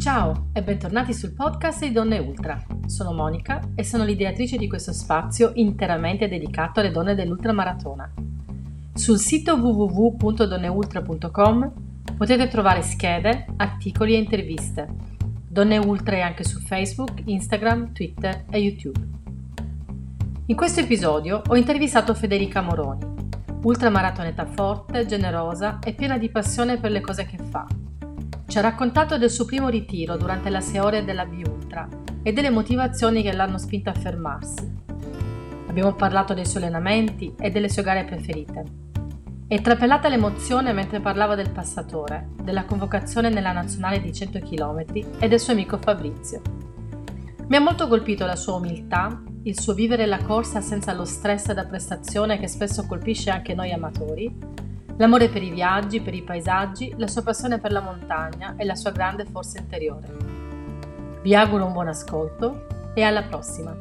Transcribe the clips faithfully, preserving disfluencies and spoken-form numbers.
Ciao e bentornati sul podcast di Donne Ultra. Sono Monica e sono l'ideatrice di questo spazio interamente dedicato alle donne dell'ultramaratona. Sul sito w w w punto donneultra punto com potete trovare schede, articoli e interviste. Donne Ultra è anche su Facebook, Instagram, Twitter e YouTube. In questo episodio ho intervistato Federica Moroni, ultramaratoneta forte, generosa e piena di passione per le cose che fa. Ci ha raccontato del suo primo ritiro durante la sei ore della B-Ultra e delle motivazioni che l'hanno spinta a fermarsi. Abbiamo parlato dei suoi allenamenti e delle sue gare preferite. È trapelata l'emozione mentre parlava del passatore, della convocazione nella nazionale di cento chilometri e del suo amico Fabrizio. Mi ha molto colpito la sua umiltà, il suo vivere la corsa senza lo stress da prestazione che spesso colpisce anche noi amatori, l'amore per i viaggi, per i paesaggi, la sua passione per la montagna e la sua grande forza interiore. Vi auguro un buon ascolto e alla prossima.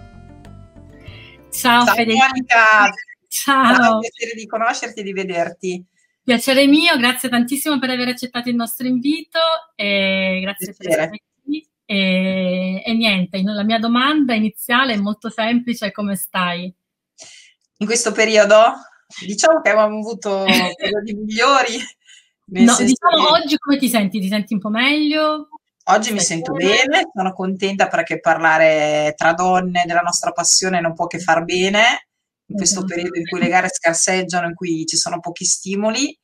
Ciao, Ciao Federica. Ciao. Ciao, piacere di conoscerti e di vederti. Piacere mio, grazie tantissimo per aver accettato il nostro invito e grazie piacere. per essere qui. E, e niente, la mia domanda iniziale è molto semplice: come stai? In questo periodo? Diciamo che abbiamo avuto periodi migliori. No, diciamo che... oggi come ti senti? Ti senti un po' meglio? Oggi mi sento bene, sono contenta perché parlare tra donne della nostra passione non può che far bene, in questo esatto. periodo in cui le gare scarseggiano, in cui ci sono pochi stimoli.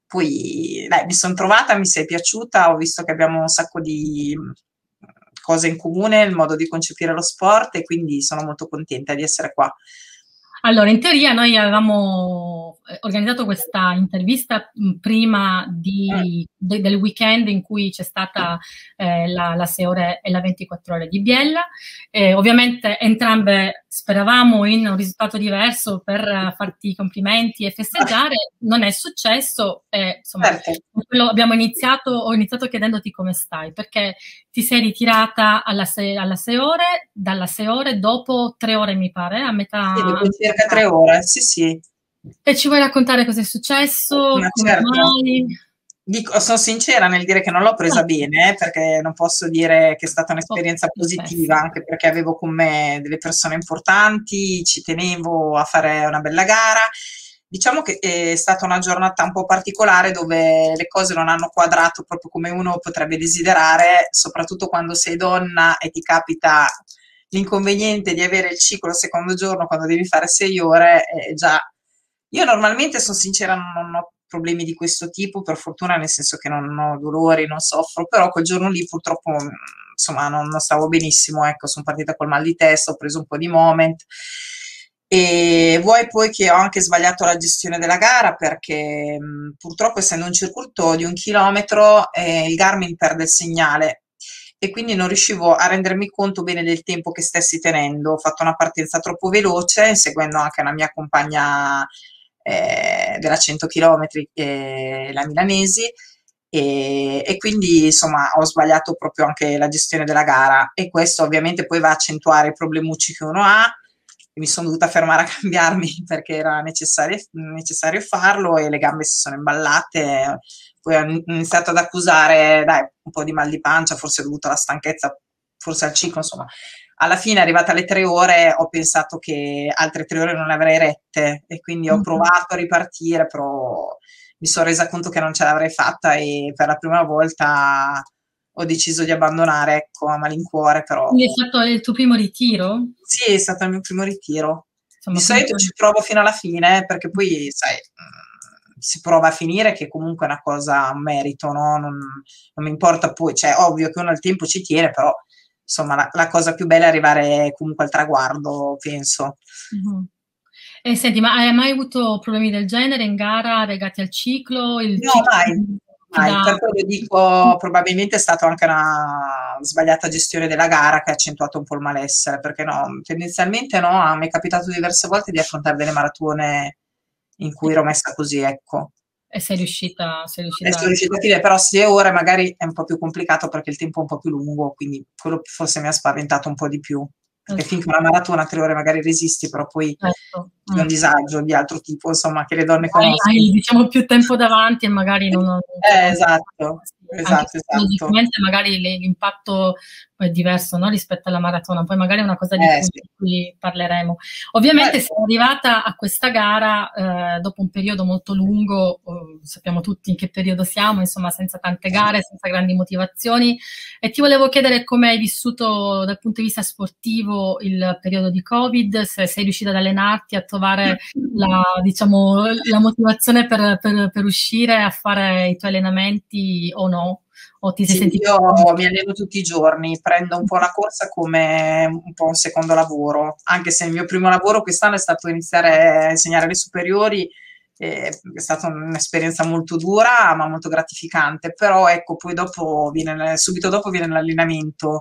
Poi dai, mi sono trovata, mi sei piaciuta, ho visto che abbiamo un sacco di cose in comune, il modo di concepire lo sport, e quindi sono molto contenta di essere qua. Allora, in teoria noi avevamo organizzato questa intervista prima di, de, del weekend in cui c'è stata eh, la, la sei ore e la ventiquattro ore di Biella. Eh, ovviamente entrambe speravamo in un risultato diverso per farti i complimenti e festeggiare. Non è successo. Eh, insomma, quello abbiamo iniziato, ho iniziato chiedendoti come stai, perché ti sei ritirata alla sei, alla sei ore, dalla sei ore dopo tre ore mi pare, a metà... Sì, dopo circa tre ore, sì sì. E ci vuoi raccontare cosa è successo? Ma come certo. mai? Dico, sono sincera nel dire che non l'ho presa bene, perché non posso dire che è stata un'esperienza Oh, positiva, anche perché avevo con me delle persone importanti, ci tenevo a fare una bella gara. Diciamo che è stata una giornata un po' particolare dove le cose non hanno quadrato proprio come uno potrebbe desiderare, soprattutto quando sei donna e ti capita l'inconveniente di avere il ciclo il secondo giorno quando devi fare sei ore. Eh, già, io normalmente, sono sincera, non ho problemi di questo tipo, per fortuna, nel senso che non ho dolori, non soffro, però quel giorno lì purtroppo insomma non, non stavo benissimo, ecco, sono partita col mal di testa, ho preso un po' di Moment. E vuoi poi che ho anche sbagliato la gestione della gara, perché mh, purtroppo, essendo un circuito di un chilometro, eh, il Garmin perde il segnale e quindi non riuscivo a rendermi conto bene del tempo che stessi tenendo. Ho fatto una partenza troppo veloce, seguendo anche una mia compagna eh, della cento chilometri, eh, la Milanesi, e, e quindi insomma ho sbagliato proprio anche la gestione della gara, e questo ovviamente poi va a accentuare i problemucci che uno ha. Mi sono dovuta fermare a cambiarmi perché era necessario, necessario farlo, e le gambe si sono imballate. Poi ho iniziato ad accusare dai, un po' di mal di pancia, forse dovuto alla stanchezza, forse al ciclo, insomma. Alla fine, arrivata alle tre ore, ho pensato che altre tre ore non le avrei rette, e quindi ho provato a ripartire, però mi sono resa conto che non ce l'avrei fatta, e per la prima volta ho deciso di abbandonare, ecco, a malincuore. Però quindi è stato il tuo primo ritiro? Sì, è stato il mio primo ritiro. Insomma, di solito ci provo fino alla fine, perché poi, sai, si prova a finire, che comunque è una cosa, un merito, no? Non, non mi importa poi, cioè, ovvio che uno al tempo ci tiene, però, insomma, la, la cosa più bella è arrivare comunque al traguardo, penso. Uh-huh. E senti, ma hai mai avuto problemi del genere in gara legati al ciclo? Il No, ciclo mai. Mai, da... per quello dico, probabilmente è stata anche una sbagliata gestione della gara che ha accentuato un po' il malessere, perché no, tendenzialmente no, a me è capitato diverse volte di affrontare delle maratone in cui ero messa così, ecco. E sei riuscita, sei riuscita... E sono riuscita a finire, però sei ore magari è un po' più complicato perché il tempo è un po' più lungo, quindi quello forse mi ha spaventato un po' di più. Perché Esatto. finché una maratona tre ore magari resisti, però poi Certo. c'è un disagio di altro tipo, insomma, che le donne Hai, conoscono. hai, diciamo, più tempo davanti e magari non... non eh, esatto. esatto, esatto. Logicamente magari l'impatto è diverso, no? Rispetto alla maratona, poi magari è una cosa di, Eh, cui, sì. di cui parleremo. Ovviamente Certo. sono arrivata a questa gara eh, dopo un periodo molto lungo, eh, sappiamo tutti in che periodo siamo, insomma senza tante gare, senza grandi motivazioni, e ti volevo chiedere come hai vissuto dal punto di vista sportivo il periodo di Covid, se sei riuscita ad allenarti, a trovare la, diciamo, la motivazione per, per, per uscire a fare i tuoi allenamenti o no? O ti sei Sì, sentita? io mi alleno tutti i giorni, prendo un po' la corsa come un po' un secondo lavoro, anche se il mio primo lavoro quest'anno è stato iniziare a insegnare le superiori, eh, è stata un'esperienza molto dura ma molto gratificante, però ecco, poi dopo viene, subito dopo viene l'allenamento,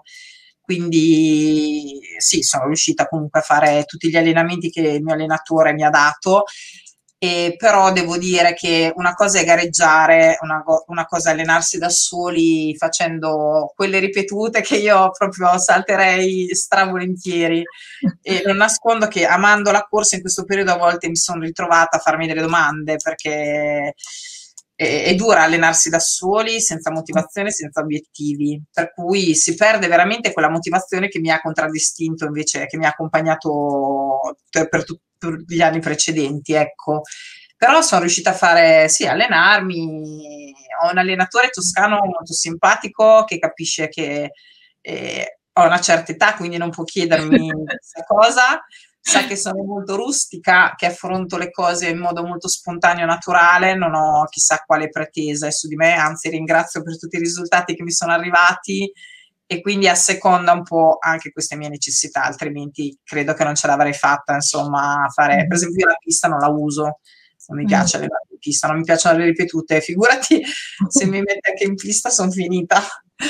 quindi sì, sono riuscita comunque a fare tutti gli allenamenti che il mio allenatore mi ha dato. E però devo dire che una cosa è gareggiare, una, una cosa è allenarsi da soli facendo quelle ripetute che io proprio salterei stravolentieri, e non nascondo che amando la corsa in questo periodo a volte mi sono ritrovata a farmi delle domande, perché è, è dura allenarsi da soli, senza motivazione, senza obiettivi, per cui si perde veramente quella motivazione che mi ha contraddistinto invece, che mi ha accompagnato per, per tutti per gli anni precedenti, ecco. Però sono riuscita a fare, sì, allenarmi. Ho un allenatore toscano molto simpatico che capisce che eh, ho una certa età, quindi non può chiedermi questa cosa. Sa che sono molto rustica, che affronto le cose in modo molto spontaneo e naturale, non ho chissà quale pretesa su di me, anzi ringrazio per tutti i risultati che mi sono arrivati, e quindi asseconda un po' anche queste mie necessità, altrimenti credo che non ce l'avrei fatta, insomma, a fare, per esempio io la pista non la uso, non mi piace allenare in pista, non mi piacciono le ripetute, figurati se mi mette anche in pista sono finita.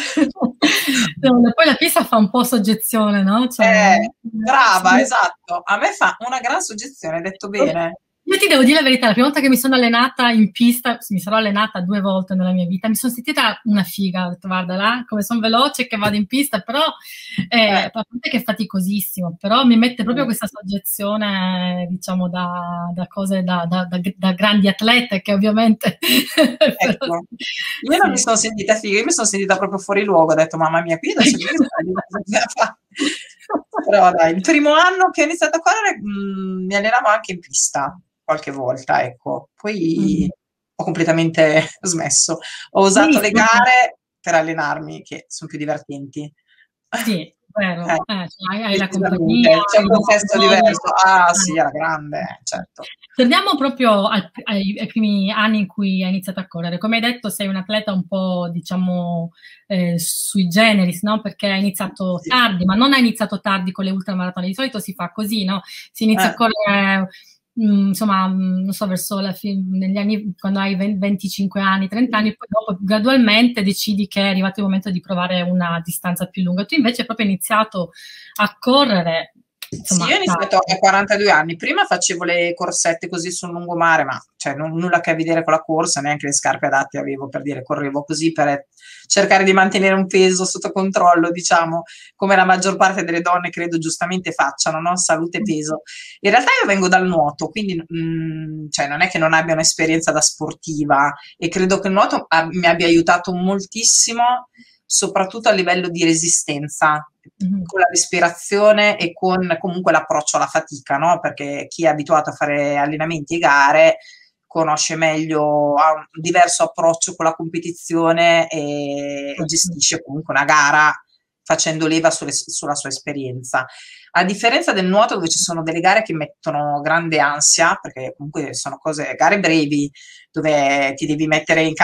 No, poi la pista fa un po' soggezione, no? Cioè, eh, brava, esatto, a me fa una gran soggezione, hai detto bene. Io ti devo dire la verità, la prima volta che mi sono allenata in pista, mi sarò allenata due volte nella mia vita, mi sono sentita una figa, ho detto guarda là, come sono veloce che vado in pista, però eh, a parte che è faticosissimo, però mi mette proprio questa soggezione, diciamo, da, da cose, da, da, da, da grandi atlete che ovviamente... Ecco, però, io sì. Non mi sono sentita figa, io mi sono sentita proprio fuori luogo, ho detto mamma mia, qui adesso bisogna fare. Però dai, il primo anno che ho iniziato a correre mh, mi allenavo anche in pista qualche volta, ecco, poi mm. ho completamente smesso, ho usato sì, le gare per allenarmi che sono più divertenti. Sì, vero, eh, eh, cioè, hai la compagnia, c'è un contesto diverso, ah sì, alla grande, certo. Torniamo proprio al, ai, ai primi anni in cui hai iniziato a correre. Come hai detto, sei un atleta un po', diciamo, eh, sui generis, no? Perché hai iniziato sì. tardi, ma non hai iniziato tardi con le ultramaratone. Di solito si fa così, no? Si inizia eh. a correre, mh, insomma, mh, non so, verso la fine, negli anni, quando hai venticinque anni, trenta anni, poi dopo gradualmente decidi che è arrivato il momento di provare una distanza più lunga. Tu invece hai proprio iniziato a correre. Insomma, sì, io ho iniziato a quarantadue anni, prima facevo le corsette così sul lungomare, ma cioè, non, nulla a che vedere con la corsa, neanche le scarpe adatte avevo, per dire, correvo così per cercare di mantenere un peso sotto controllo, diciamo, come la maggior parte delle donne credo giustamente facciano, no? Salute e peso. In realtà io vengo dal nuoto, quindi mh, cioè, non è che non abbia un'esperienza da sportiva, e credo che il nuoto a, mi abbia aiutato moltissimo, soprattutto a livello di resistenza, mm-hmm. con la respirazione e con comunque l'approccio alla fatica, no? Perché chi è abituato a fare allenamenti e gare conosce meglio, ha un diverso approccio con la competizione e, e gestisce comunque una gara facendo leva sulle, sulla sua esperienza. A differenza del nuoto, dove ci sono delle gare che mettono grande ansia, perché comunque sono cose, gare brevi, dove ti devi mettere in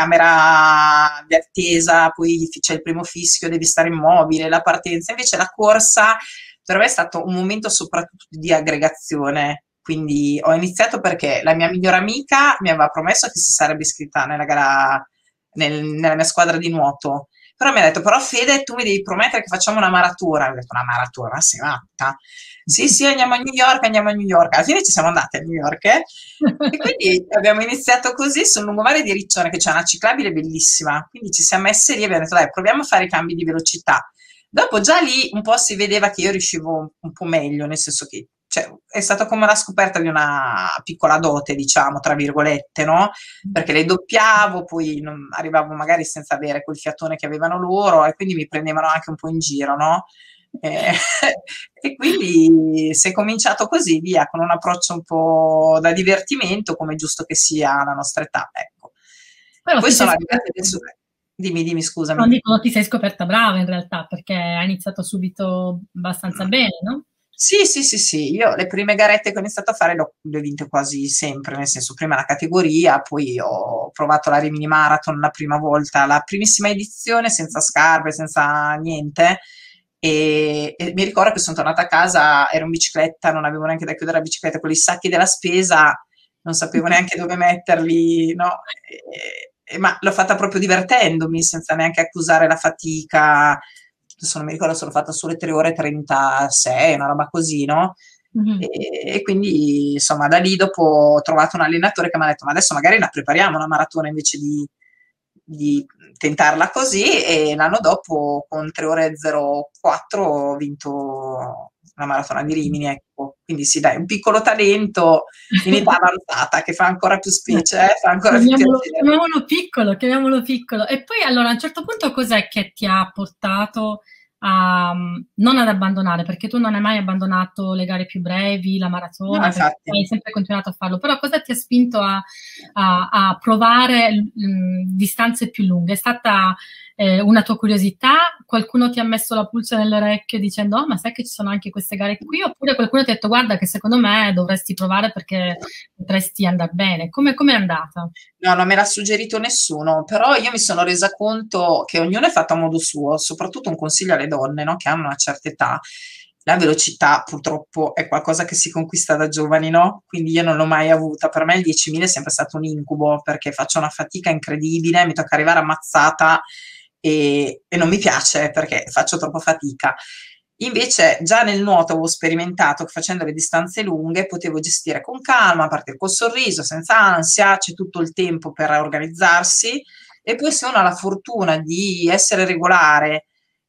camera di attesa, poi c'è il primo fischio, devi stare immobile, la partenza. Invece la corsa per me è stato un momento soprattutto di aggregazione. Quindi ho iniziato perché la mia migliore amica mi aveva promesso che si sarebbe iscritta nella gara, nel, nella mia squadra di nuoto. Però mi ha detto, però Fede, tu mi devi promettere che facciamo una maratona. Ho detto, una maratona? Ma sei matta? Sì, sì, andiamo a New York, andiamo a New York. Alla fine ci siamo andate a New York, eh? E quindi abbiamo iniziato così sul lungomare di Riccione, che c'è una ciclabile bellissima. Quindi ci siamo messi lì e abbiamo detto, dai, proviamo a fare i cambi di velocità. Dopo già lì un po' si vedeva che io riuscivo un po' meglio, nel senso che cioè, è stata come la scoperta di una piccola dote, diciamo, tra virgolette, no? Perché le doppiavo, poi non, arrivavo magari senza avere quel fiatone che avevano loro e quindi mi prendevano anche un po' in giro, no? Eh, e quindi si è cominciato così, via, con un approccio un po' da divertimento, come è giusto che sia alla nostra età, ecco. Però Poi ti sei sono arrivate scoperta, adesso... Dimmi, dimmi, scusami. non dico, ti sei scoperta brava in realtà, perché hai iniziato subito abbastanza bene, no? Sì, sì, sì, sì, io le prime garette che ho iniziato a fare le ho, le ho vinte quasi sempre, nel senso prima la categoria, poi ho provato la Rimini Marathon la prima volta, la primissima edizione senza scarpe, senza niente, e, e mi ricordo che sono tornata a casa, ero in bicicletta, non avevo neanche da chiudere la bicicletta, con i sacchi della spesa, non sapevo neanche dove metterli, no? E, e, ma l'ho fatta proprio divertendomi, senza neanche accusare la fatica. Adesso non mi ricordo se l'ho fatta sulle tre ore e trentasei, una roba così, no? Mhm. E, e quindi, insomma, da lì dopo ho trovato un allenatore che mi ha detto, ma adesso magari la prepariamo una maratona invece di, di tentarla così, e l'anno dopo con tre ore e zero quattro ho vinto la maratona di Rimini, ecco. Quindi sì, dai, un piccolo talento in età avanzata che fa ancora più specie, eh, fa ancora più Chiamiamolo, piacere. chiamiamolo piccolo, chiamiamolo piccolo. E poi allora a un certo punto cos'è che ti ha portato a non ad abbandonare? Perché tu non hai mai abbandonato le gare più brevi, la No, maratona, perché infatti. hai sempre continuato a farlo. Però cosa ti ha spinto a, a- a provare mh, distanze più lunghe? È stata eh, una tua curiosità? Qualcuno ti ha messo la pulce nell'orecchio dicendo, oh, ma sai che ci sono anche queste gare qui? Oppure qualcuno ti ha detto, guarda che secondo me dovresti provare perché potresti andare bene. Come come è andata? No, non me l'ha suggerito nessuno, però io mi sono resa conto che ognuno è fatto a modo suo, soprattutto un consiglio alle donne, no, che hanno una certa età. La velocità purtroppo è qualcosa che si conquista da giovani, no? Quindi io non l'ho mai avuta. Per me il diecimila è sempre stato un incubo perché faccio una fatica incredibile, mi tocca arrivare ammazzata e, e non mi piace perché faccio troppa fatica. Invece già nel nuoto avevo sperimentato che facendo le distanze lunghe potevo gestire con calma, partire col sorriso, senza ansia, c'è tutto il tempo per organizzarsi, e poi se uno ha la fortuna di essere regolare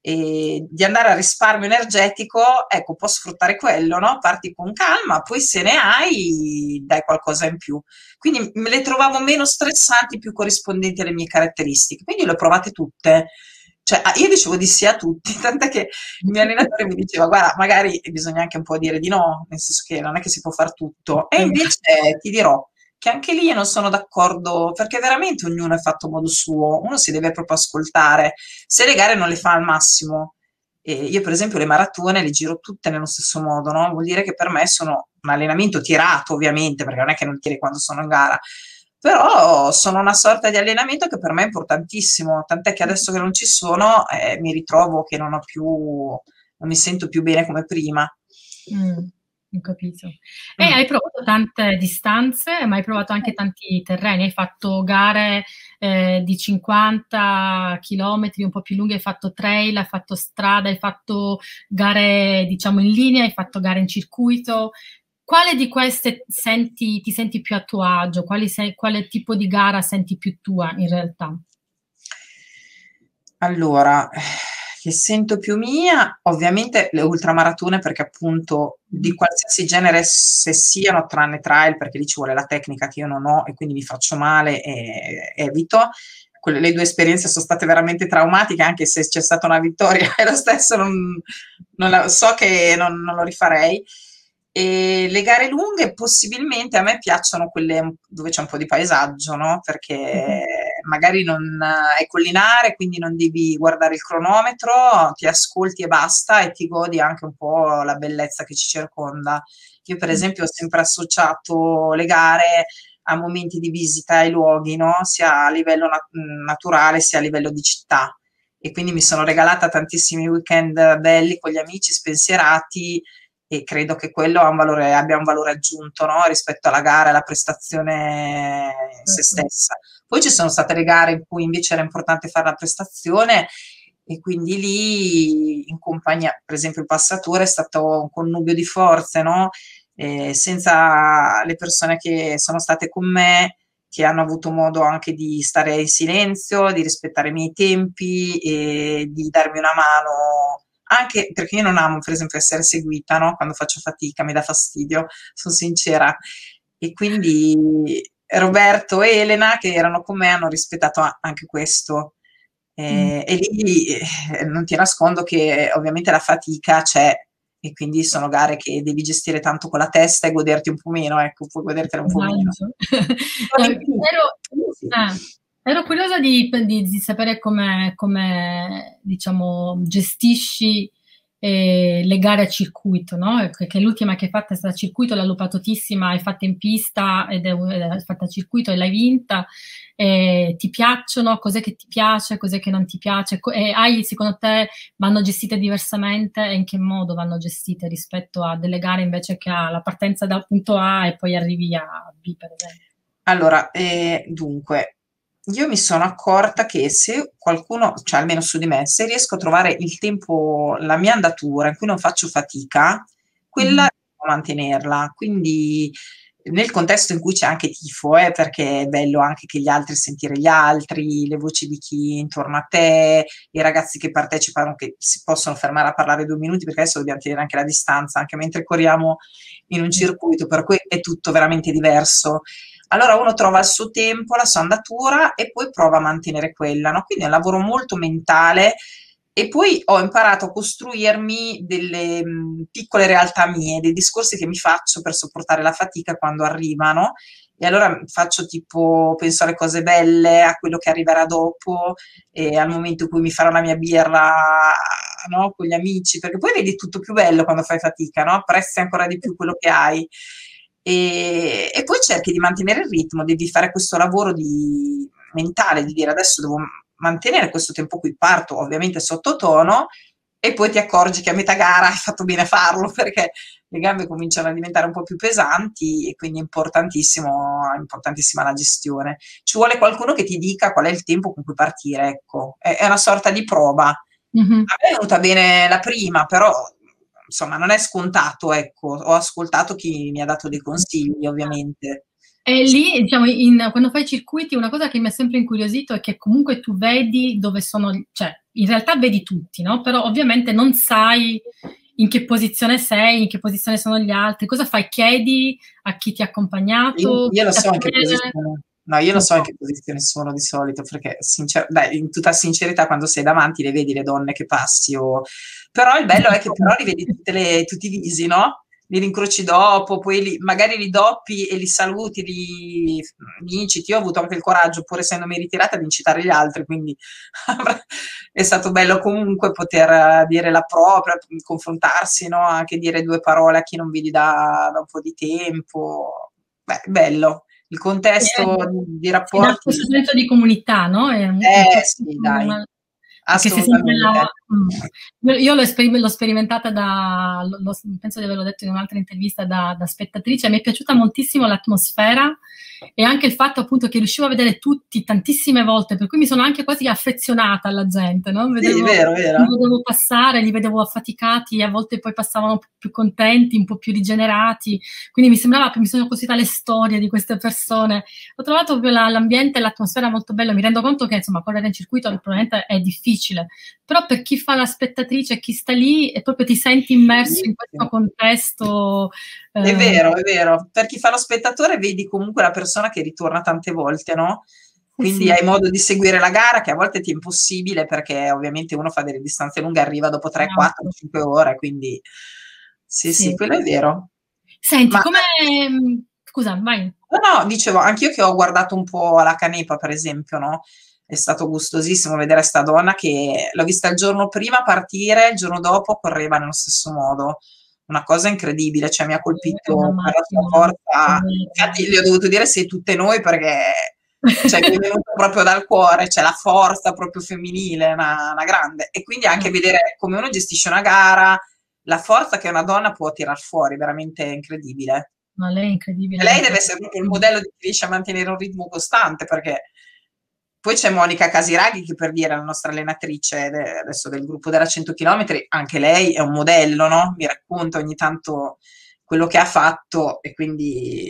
e di andare a risparmio energetico, ecco, può sfruttare quello, no? Parti con calma, poi se ne hai, dai qualcosa in più. Quindi me le trovavo meno stressanti, più corrispondenti alle mie caratteristiche. Quindi le ho provate tutte. Cioè, ah, io dicevo di sì a tutti, tant'è che il mio allenatore mi diceva, guarda, magari bisogna anche un po' dire di no, nel senso che non è che si può fare tutto. E invece ti dirò che anche lì io non sono d'accordo, perché veramente ognuno è fatto a modo suo, uno si deve proprio ascoltare. Se le gare non le fa al massimo, e io per esempio le maratone le giro tutte nello stesso modo, no? Vuol dire che per me sono un allenamento tirato, ovviamente, perché non è che non tiri quando sono in gara, però sono una sorta di allenamento che per me è importantissimo, tant'è che adesso che non ci sono eh, mi ritrovo che non ho più, non mi sento più bene come prima. Mm, ho capito. E Mm. hai provato tante distanze, ma hai provato anche tanti terreni. Hai fatto gare eh, di cinquanta chilometri, un po' più lunghe, hai fatto trail, hai fatto strada, hai fatto gare, diciamo, in linea, hai fatto gare in circuito. Quale di queste senti, ti senti più a tuo agio? Quali sei- quale tipo di gara senti più tua in realtà? Allora, eh, che sento più mia, ovviamente le ultramaratone, perché appunto di qualsiasi genere se siano, tranne trail, perché lì ci vuole la tecnica che io non ho e quindi mi faccio male e evito. Quelle, le due esperienze sono state veramente traumatiche, anche se c'è stata una vittoria, e lo stesso non, non la- so che non, non lo rifarei. E le gare lunghe possibilmente a me piacciono quelle dove c'è un po' di paesaggio, no? Perché magari non è collinare, quindi non devi guardare il cronometro, ti ascolti e basta e ti godi anche un po' la bellezza che ci circonda. Io per esempio ho sempre associato le gare a momenti di visita ai luoghi, no? Sia a livello nat- naturale sia a livello di città. E quindi mi sono regalata tantissimi weekend belli con gli amici, spensierati, e credo che quello ha un valore, abbia un valore aggiunto, no? Rispetto alla gara e alla prestazione in se stessa. Poi ci sono state le gare in cui invece era importante fare la prestazione e quindi lì in compagnia, per esempio il passatore è stato un connubio di forze, no? Eh, senza le persone che sono state con me, che hanno avuto modo anche di stare in silenzio, di rispettare i miei tempi e di darmi una mano anche perché io non amo, per esempio, essere seguita, no? Quando faccio fatica, mi dà fastidio, sono sincera. E quindi Roberto e Elena, che erano con me, hanno rispettato anche questo. Mm. Eh, e lì eh, non ti nascondo che ovviamente la fatica c'è, e quindi sono gare che devi gestire tanto con la testa e goderti un po' meno, ecco, puoi godertela un po' meno. No, ero, eh, ero curiosa di, di, di sapere come, come diciamo, gestisci eh, le gare a circuito, no? Perché l'ultima che hai fatto è stata a circuito, la lupatotissima, hai fatto in pista ed è, è fatta a circuito e l'hai vinta. Eh, ti piacciono? Cos'è che ti piace? Cos'è che non ti piace? E hai, secondo te, vanno gestite diversamente e in che modo vanno gestite rispetto a delle gare invece che ha la partenza dal punto A e poi arrivi a B, per esempio? Allora, eh, dunque, io mi sono accorta che se qualcuno, cioè almeno su di me, se riesco a trovare il tempo, la mia andatura in cui non faccio fatica, quella Mm. devo mantenerla. Quindi nel contesto in cui c'è anche tifo, eh, perché è bello anche che gli altri, sentire gli altri, le voci di chi è intorno a te, i ragazzi che partecipano, che si possono fermare a parlare due minuti, perché adesso dobbiamo tenere anche la distanza, anche mentre corriamo in un circuito, per cui è tutto veramente diverso. Allora uno trova il suo tempo, la sua andatura e poi prova a mantenere quella, no? Quindi è un lavoro molto mentale, e poi ho imparato a costruirmi delle mh, piccole realtà mie, dei discorsi che mi faccio per sopportare la fatica quando arrivano. E allora faccio tipo, penso alle cose belle, a quello che arriverà dopo, e al momento in cui mi farò la mia birra, no, con gli amici, perché poi vedi tutto più bello quando fai fatica, no? Apprezzi ancora di più quello che hai. E, e poi cerchi di mantenere il ritmo, devi fare questo lavoro di, mentale, di dire adesso devo mantenere questo tempo qui, parto ovviamente sottotono, e poi ti accorgi che a metà gara hai fatto bene a farlo, perché le gambe cominciano a diventare un po' più pesanti, e quindi è importantissimo, importantissima la gestione. Ci vuole qualcuno che ti dica qual è il tempo con cui partire, ecco, è, è una sorta di prova. Mm-hmm. A me è venuta bene la prima, però insomma non è scontato, ecco, ho ascoltato chi mi ha dato dei consigli, ovviamente. E lì, diciamo, in, quando fai circuiti, una cosa che mi ha sempre incuriosito è che comunque tu vedi dove sono, cioè, in realtà vedi tutti, no? Però ovviamente non sai in che posizione sei, in che posizione sono gli altri, cosa fai? Chiedi a chi ti ha accompagnato? Io, io lo so in che posizione, no, io lo so in che posizione sono di solito, perché sincer- dai, in tutta sincerità quando sei davanti le vedi le donne che passi, o... però il bello è che però li vedi tutte le, tutti i visi, no? Li rincroci dopo, poi li, magari li doppi e li saluti, li, li inciti. Io ho avuto anche il coraggio, pur essendomi ritirata, di incitare gli altri, quindi è stato bello comunque poter dire la propria, confrontarsi, no? Anche dire due parole a chi non vedi da, da un po' di tempo. Beh, bello. Il contesto eh, di rapporti. Da questo senso di comunità, no? È un, eh un sì, dai. una, Assolutamente. La, io l'ho, sperim- l'ho sperimentata da, lo, penso di averlo detto in un'altra intervista, da, da spettatrice. Mi è piaciuta moltissimo l'atmosfera e anche il fatto appunto che riuscivo a vedere tutti tantissime volte, per cui mi sono anche quasi affezionata alla gente, no? Vedevo, sì, vero, vero. Li vedevo passare, li vedevo affaticati, a volte poi passavano più contenti, un po' più rigenerati, quindi mi sembrava che mi sono costruita le storie di queste persone. Ho trovato la, l'ambiente e l'atmosfera molto bello. Mi rendo conto che insomma correre in circuito probabilmente è difficile, però per chi fa la spettatrice, chi sta lì e proprio ti senti immerso in questo contesto. Eh... È vero, è vero. Per chi fa lo spettatore vedi comunque la persona che ritorna tante volte, no? Quindi sì, hai modo di seguire la gara, che a volte ti è impossibile, perché ovviamente uno fa delle distanze lunghe, arriva dopo tre, quattro, cinque ore, quindi sì, sì, sì, quello è vero. Senti, Ma... come... Scusa, vai. No, no, dicevo, anch'io che ho guardato un po' la Canepa, per esempio, no? È stato gustosissimo vedere sta donna che l'ho vista il giorno prima partire, il giorno dopo correva nello stesso modo. Una cosa incredibile, cioè mi ha colpito per la sua forza. Infatti gli ho dovuto dire sei tutte noi, perché cioè, mi è venuto proprio dal cuore, c'è la forza proprio femminile, una, una grande. E quindi anche vedere come uno gestisce una gara, la forza che una donna può tirar fuori, veramente incredibile. Ma lei è incredibile. E lei deve essere proprio il modello di chi riesce a mantenere un ritmo costante, perché poi c'è Monica Casiraghi, che per dire la nostra allenatrice de, adesso del gruppo della cento chilometri, anche lei è un modello, no? Mi racconta ogni tanto quello che ha fatto, e quindi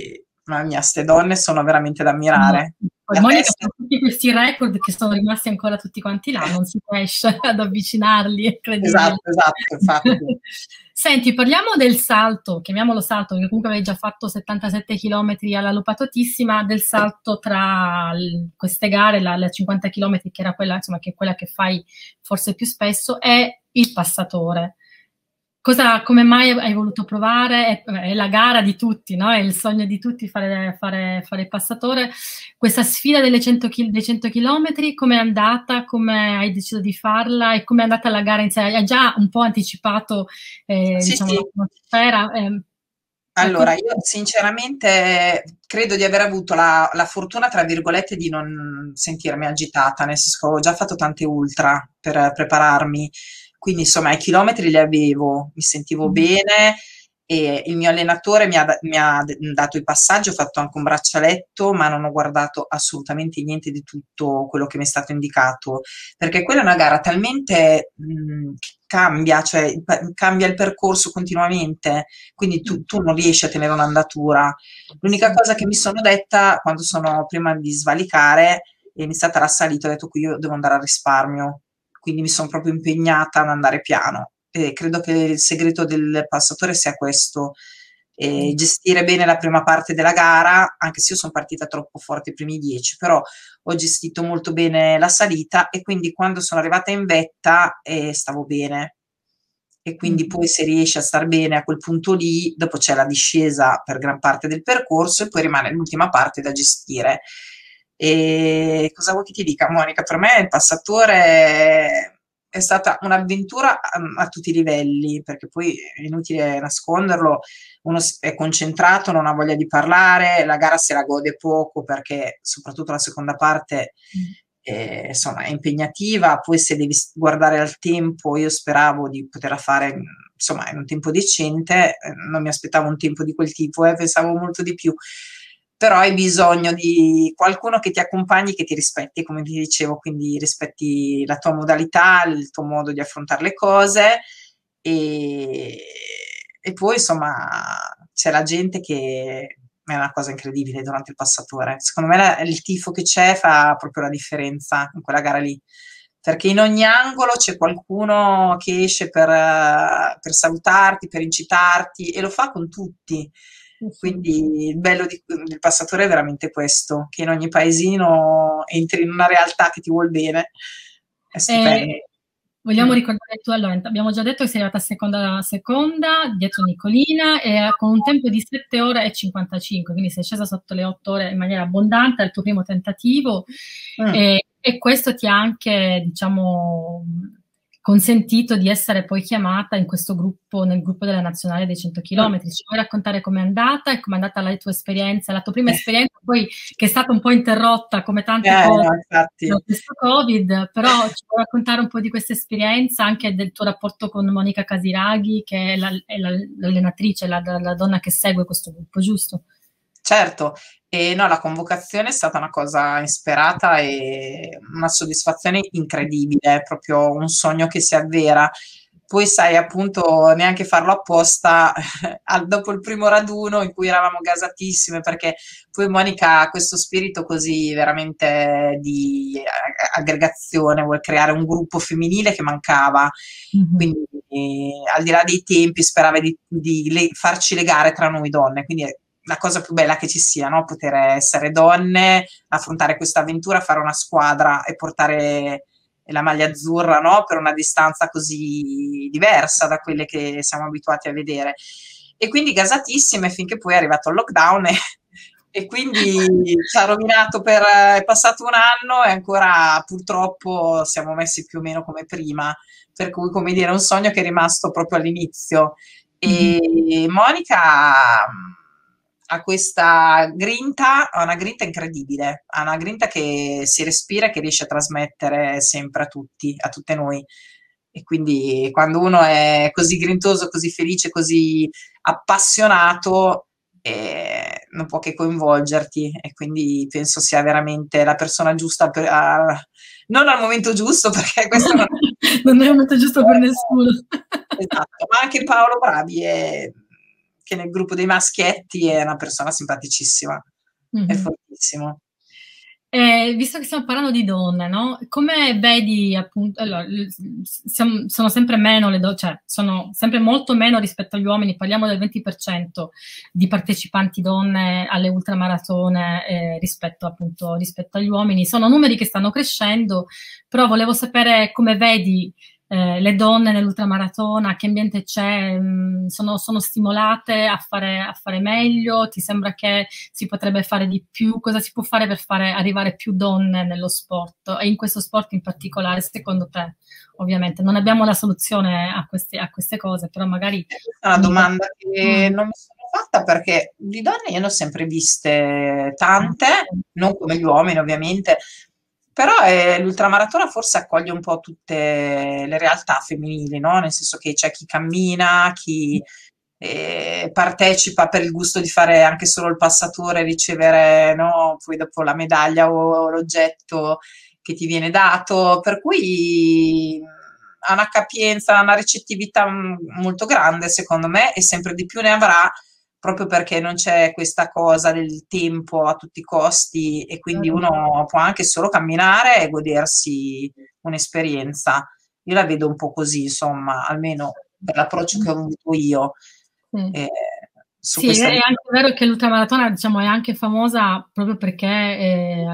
mamma mia, ste donne sono veramente da ammirare. No. Poi Monica fa tutti questi record che sono rimasti ancora tutti quanti là, non si riesce ad avvicinarli, esatto, esatto, infatti. Senti, parliamo del salto, chiamiamolo salto, perché comunque avevi già fatto settantasette chilometri alla Lupatotissima, del salto tra l- queste gare, la, la cinquanta chilometri, che era quella, insomma, che è quella che fai forse più spesso, e il passatore. Cosa, come mai hai voluto provare? È, è la gara di tutti, no? È il sogno di tutti fare, fare, fare il passatore. Questa sfida delle cento chi- dei cento chilometri, come è andata? Come hai deciso di farla? E come è andata la gara in sé? Hai già un po' anticipato eh, Sì, diciamo, sì. l'atmosfera? Eh, Allora, racconta- io sinceramente credo di aver avuto la, la fortuna, tra virgolette, di non sentirmi agitata, nel senso che ho già fatto tante ultra per prepararmi, quindi insomma i chilometri li avevo, mi sentivo bene e il mio allenatore mi ha, da- mi ha d- dato i passaggi, ho fatto anche un braccialetto, ma non ho guardato assolutamente niente di tutto quello che mi è stato indicato, perché quella è una gara talmente mh, cambia, cioè pa- cambia il percorso continuamente, quindi tu, tu non riesci a tenere un'andatura. L'unica cosa che mi sono detta quando sono prima di svalicare e mi è stata la salita, ho detto qui io devo andare a risparmio, quindi mi sono proprio impegnata ad andare piano. E credo che il segreto del passatore sia questo, eh, gestire bene la prima parte della gara, anche se io sono partita troppo forte i primi dieci, però ho gestito molto bene la salita e quindi quando sono arrivata in vetta eh, stavo bene. E quindi poi se riesci a star bene a quel punto lì, dopo c'è la discesa per gran parte del percorso e poi rimane l'ultima parte da gestire. E cosa vuoi che ti dica, Monica? Per me il passatore è stata un'avventura a, a tutti i livelli, perché poi è inutile nasconderlo, uno s- è concentrato, non ha voglia di parlare, la gara se la gode poco perché soprattutto la seconda parte eh, insomma è impegnativa, poi se devi s- guardare al tempo, io speravo di poterla fare insomma in un tempo decente, eh, non mi aspettavo un tempo di quel tipo, eh, pensavo molto di più, però hai bisogno di qualcuno che ti accompagni, che ti rispetti, come ti dicevo, quindi rispetti la tua modalità, il tuo modo di affrontare le cose e, e poi insomma c'è la gente che è una cosa incredibile durante il passatore. Secondo me la- il tifo che c'è fa proprio la differenza in quella gara lì, perché in ogni angolo c'è qualcuno che esce per, eh, per salutarti, per incitarti e lo fa con tutti. Quindi il bello di- del passatore è veramente questo, che in ogni paesino entri in una realtà che ti vuol bene. È stupendo. Eh, vogliamo Mm. ricordare tu, allora, abbiamo già detto che sei arrivata a seconda, seconda dietro Nicolina e con un tempo di sette ore e cinquantacinque, quindi sei scesa sotto le otto ore in maniera abbondante al tuo primo tentativo Mm. e, e questo ti ha anche, diciamo, consentito di essere poi chiamata in questo gruppo, nel gruppo della nazionale dei cento chilometri. Ci vuoi raccontare com'è andata e com'è andata la tua esperienza, la tua prima esperienza, poi che è stata un po' interrotta come tante Eh, cose no, infatti. da questo Covid, però ci puoi raccontare un po' di questa esperienza, anche del tuo rapporto con Monica Casiraghi, che è, la- è la- l'allenatrice, la, la donna che segue questo gruppo, giusto? Certo, e no, la convocazione è stata una cosa insperata e una soddisfazione incredibile, proprio un sogno che si avvera. Poi sai, appunto, neanche farlo apposta, al- dopo il primo raduno in cui eravamo gasatissime, perché poi Monica ha questo spirito così veramente di eh, aggregazione, vuole creare un gruppo femminile che mancava. Quindi, eh, al di là dei tempi, sperava di, di le- farci legare tra noi donne. Quindi è la cosa più bella che ci sia, no? Poter essere donne, affrontare questa avventura, fare una squadra e portare la maglia azzurra, no? Per una distanza così diversa da quelle che siamo abituati a vedere. E quindi gasatissime finché poi è arrivato il lockdown e, e quindi ci ha rovinato per, è passato un anno e ancora purtroppo siamo messi più o meno come prima, per cui come dire è un sogno che è rimasto proprio all'inizio. E Monica ha questa grinta, ha una grinta incredibile, ha una grinta che si respira e che riesce a trasmettere sempre a tutti, a tutte noi. E quindi quando uno è così grintoso, così felice, così appassionato, eh, non può che coinvolgerti. E quindi penso sia veramente la persona giusta per, a, non al momento giusto, perché questo non, Non è il momento giusto per nessuno. esatto, ma anche Paolo Bravi è, che nel gruppo dei maschietti è una persona simpaticissima, mm-hmm. È fortissimo. Eh, visto che stiamo parlando di donne, no? Come vedi, appunto, allora, siamo, sono sempre meno le donne, cioè sono sempre molto meno rispetto agli uomini, parliamo del venti per cento di partecipanti donne alle ultramaratone eh, rispetto appunto rispetto agli uomini. Sono numeri che stanno crescendo, però volevo sapere come vedi eh, le donne nell'ultramaratona, che ambiente c'è, mh, sono, sono stimolate a fare, a fare meglio, ti sembra che si potrebbe fare di più, cosa si può fare per fare arrivare più donne nello sport e in questo sport in particolare, secondo te? Ovviamente non abbiamo la soluzione a queste, a queste cose, però magari... È una domanda che mm. non mi sono fatta, perché di donne io ne ho sempre viste tante, non come gli uomini ovviamente, però eh, l'ultramaratona forse accoglie un po' tutte le realtà femminili, no? Nel senso che c'è chi cammina, chi eh, partecipa per il gusto di fare anche solo il passatore, ricevere, no? Poi dopo la medaglia o, o l'oggetto che ti viene dato, per cui ha una capienza, una ricettività molto grande secondo me, e sempre di più ne avrà, proprio perché non c'è questa cosa del tempo a tutti i costi, e quindi uno può anche solo camminare e godersi un'esperienza. Io la vedo un po' così, insomma, almeno per l'approccio che ho avuto io. Mm. Eh, su sì, è anche vero che l'ultramaratona, diciamo, è anche famosa proprio perché eh,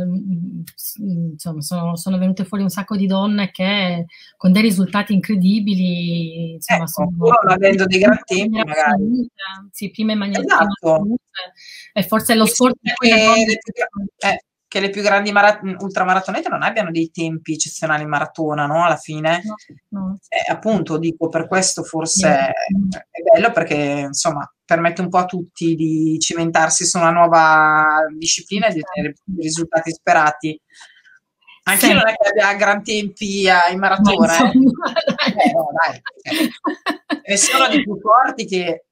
insomma, sono, sono venute fuori un sacco di donne che con dei risultati incredibili, insomma, ecco, sono non avendo dei gran tempi magari. Sì, prima in maniera esatto. E forse è lo e sport che, che, le più, eh, che le più grandi mara- ultramaratonete non abbiano dei tempi eccezionali in maratona, no? Alla fine, no, no. Eh, appunto, dico, per questo forse yeah. è, è bello, perché insomma permette un po' a tutti di cimentarsi su una nuova disciplina e di ottenere i risultati sperati. Anche io non è che abbia gran tempi a, in maratona, eh. eh, no, dai, eh. Ne sono di più forti che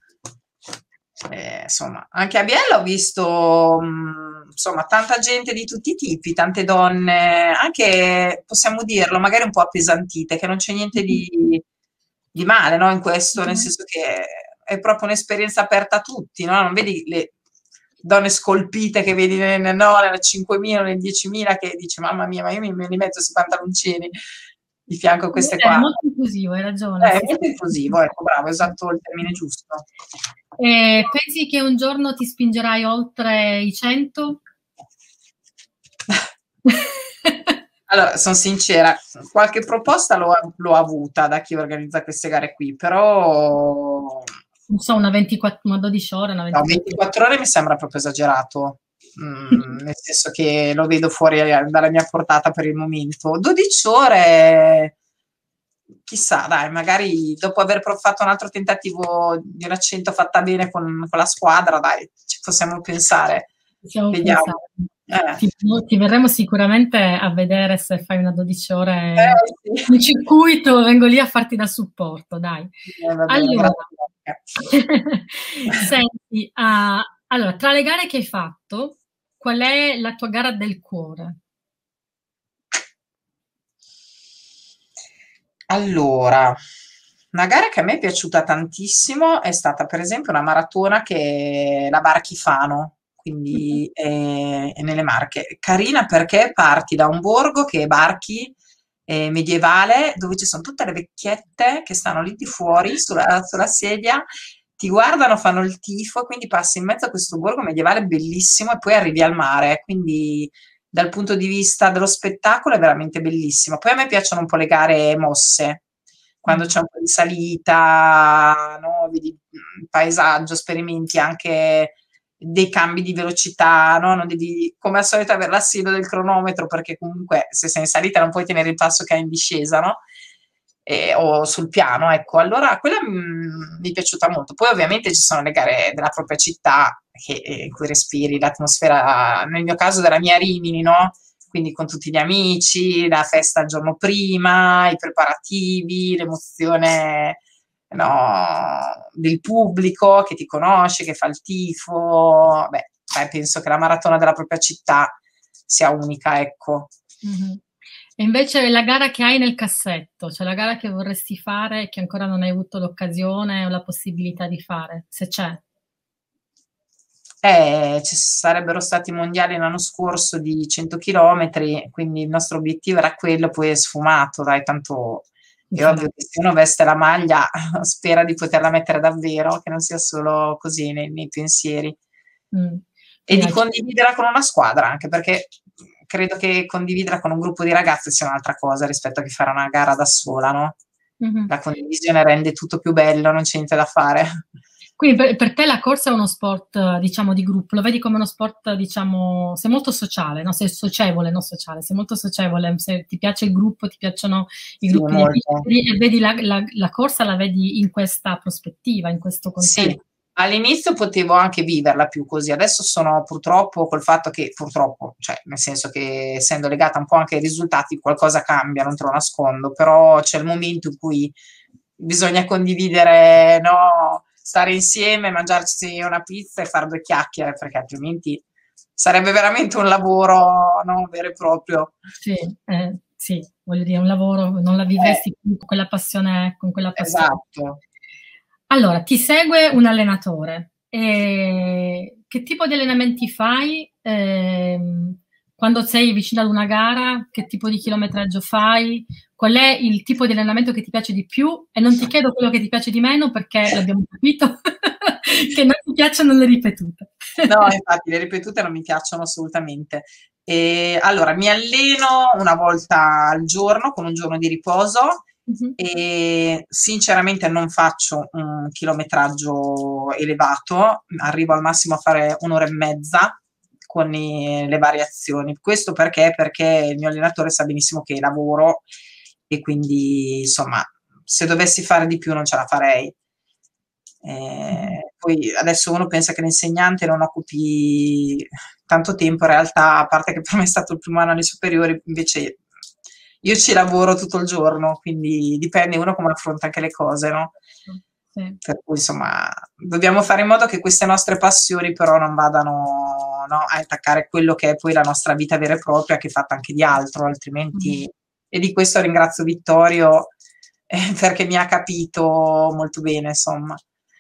eh, insomma, anche a Biella ho visto mh, insomma tanta gente di tutti i tipi, tante donne, anche possiamo dirlo, magari un po' appesantite, che non c'è niente di, di male, no, in questo, nel senso che è proprio un'esperienza aperta a tutti, no? Non vedi le donne scolpite che vedi nel, no, nelle cinquemila, nelle diecimila, che dici mamma mia, ma io mi, mi rimetto questi pantaloncini di fianco a queste qua. È molto inclusivo, hai ragione. È molto inclusivo, ecco, bravo, esatto il termine giusto. Eh, pensi che un giorno ti spingerai oltre i cento? Allora, sono sincera, qualche proposta l'ho, l'ho avuta da chi organizza queste gare qui, però... Non so, una, ventiquattro, una dodici ore? Una ventiquattro... No, ventiquattro ore mi sembra proprio esagerato, mm, nel senso che lo vedo fuori dalla mia portata per il momento. dodici ore... Chissà, dai, magari dopo aver fatto un altro tentativo di una cento fatta bene con, con la squadra, dai, ci possiamo pensare. Possiamo Vediamo. Eh. Ti, ti verremo sicuramente a vedere se fai una dodici ore eh, sì. in circuito, vengo lì a farti da supporto, dai. Eh, bene, allora, senti, uh, allora, tra le gare che hai fatto, qual è la tua gara del cuore? Allora, una gara che a me è piaciuta tantissimo è stata per esempio una maratona che è la Barchifano, quindi è, è nelle Marche. Carina perché parti da un borgo che è Barchi, è medievale, dove ci sono tutte le vecchiette che stanno lì di fuori sulla, sulla sedia, ti guardano, fanno il tifo, quindi passi in mezzo a questo borgo medievale bellissimo e poi arrivi al mare, quindi... dal punto di vista dello spettacolo è veramente bellissimo. Poi a me piacciono un po' le gare mosse, quando c'è un po' di salita, no? Vedi il paesaggio, sperimenti anche dei cambi di velocità, no? Non devi, come al solito, avere l'assillo del cronometro, perché comunque se sei in salita non puoi tenere il passo che hai in discesa, no? E, o sul piano, ecco. Allora quella mh, mi è piaciuta molto. Poi ovviamente ci sono le gare della propria città, che, in cui respiri l'atmosfera, nel mio caso della mia Rimini, no? Quindi con tutti gli amici, la festa il giorno prima, i preparativi, l'emozione, no, del pubblico che ti conosce, che fa il tifo. Beh, penso che la maratona della propria città sia unica, ecco. Mm-hmm. E invece la gara che hai nel cassetto, cioè la gara che vorresti fare e che ancora non hai avuto l'occasione o la possibilità di fare, se c'è. Eh, ci sarebbero stati i mondiali l'anno scorso di cento chilometri, quindi il nostro obiettivo era quello, poi è sfumato, dai, tanto è Sì. ovvio che se uno veste la maglia spera di poterla mettere davvero, che non sia solo così nei, nei pensieri. Mm. E Yeah, di condividerla con una squadra, anche perché credo che condividerla con un gruppo di ragazze sia un'altra cosa rispetto a che fare una gara da sola, no? mm-hmm. La condivisione rende tutto più bello, non c'è niente da fare. Quindi per, per te la corsa è uno sport, diciamo, di gruppo, lo vedi come uno sport, diciamo, sei molto sociale, no? Sei socievole, non sociale, sei molto socievole, se ti piace il gruppo, ti piacciono i Sì, gruppi molto. di amici, e vedi la, la, la corsa, la vedi in questa prospettiva, in questo contesto. Sì, all'inizio potevo anche viverla più così, adesso sono purtroppo col fatto che, purtroppo, cioè nel senso che essendo legata un po' anche ai risultati, qualcosa cambia, non te lo nascondo, però c'è il momento in cui bisogna condividere, no, stare insieme, mangiarsi una pizza e fare due chiacchiere, perché altrimenti sarebbe veramente un lavoro, no, vero e proprio. Sì, eh, sì, voglio dire, un lavoro, non la vivresti Eh, più con quella passione, con quella passione. Esatto. Allora, ti segue un allenatore. E che tipo di allenamenti fai? Ehm, quando sei vicino ad una gara, che tipo di chilometraggio fai? Qual è il tipo di allenamento che ti piace di più? E non ti chiedo quello che ti piace di meno, perché l'abbiamo capito che non ti piacciono le ripetute. No, infatti le ripetute non mi piacciono assolutamente. E, allora, mi alleno una volta al giorno con un giorno di riposo. Mhm. E sinceramente non faccio un chilometraggio elevato, arrivo al massimo a fare un'ora e mezza con i- le variazioni. Questo perché? Perché il mio allenatore sa benissimo che lavoro e quindi insomma se dovessi fare di più non ce la farei. Eh, poi adesso uno pensa che l'insegnante non occupi tanto tempo, in realtà, a parte che per me è stato il primo anno alle superiori, invece io ci lavoro tutto il giorno, quindi dipende uno come affronta anche le cose, no? Sì. Per cui insomma dobbiamo fare in modo che queste nostre passioni però non vadano, no, a attaccare quello che è poi la nostra vita vera e propria, che è fatta anche di altro, altrimenti... E di questo ringrazio Vittorio eh, perché mi ha capito molto bene, insomma.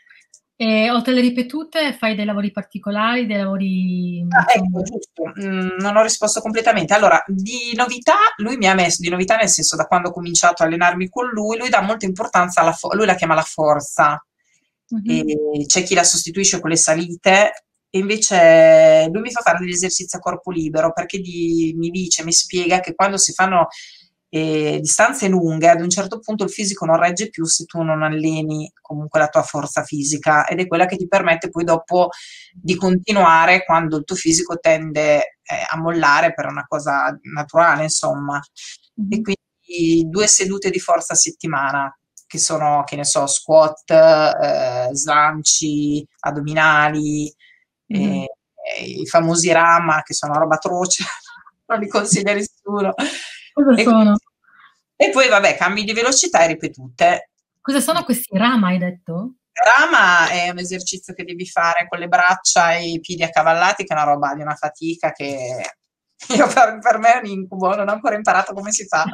E oltre alle ripetute fai dei lavori particolari, dei lavori, Ah, diciamo... ecco, giusto, mm, non ho risposto completamente. Allora, di novità, lui mi ha messo di novità nel senso da quando ho cominciato a allenarmi con lui, lui dà molta importanza alla forza, lui la chiama la forza, Mhm. e c'è chi la sostituisce con le salite, e invece lui mi fa fare degli esercizi a corpo libero perché di- mi dice, mi spiega che quando si fanno eh, distanze lunghe, ad un certo punto il fisico non regge più se tu non alleni comunque la tua forza fisica ed è quella che ti permette poi dopo di continuare quando il tuo fisico tende eh, a mollare per una cosa naturale, insomma. E Mhm. quindi due sedute di forza a settimana, che sono, che ne so, squat, eh, slanci, addominali, Mhm. eh, eh, i famosi rama, che sono una roba atroce, non li consiglia a nessuno. Cosa E, sono? quindi- e poi, vabbè, cambi di velocità e ripetute. Cosa sono questi rama, hai detto? Rama è un esercizio che devi fare con le braccia e i piedi accavallati, che è una roba di una fatica che io per, per me è un incubo, non ho ancora imparato come si fa.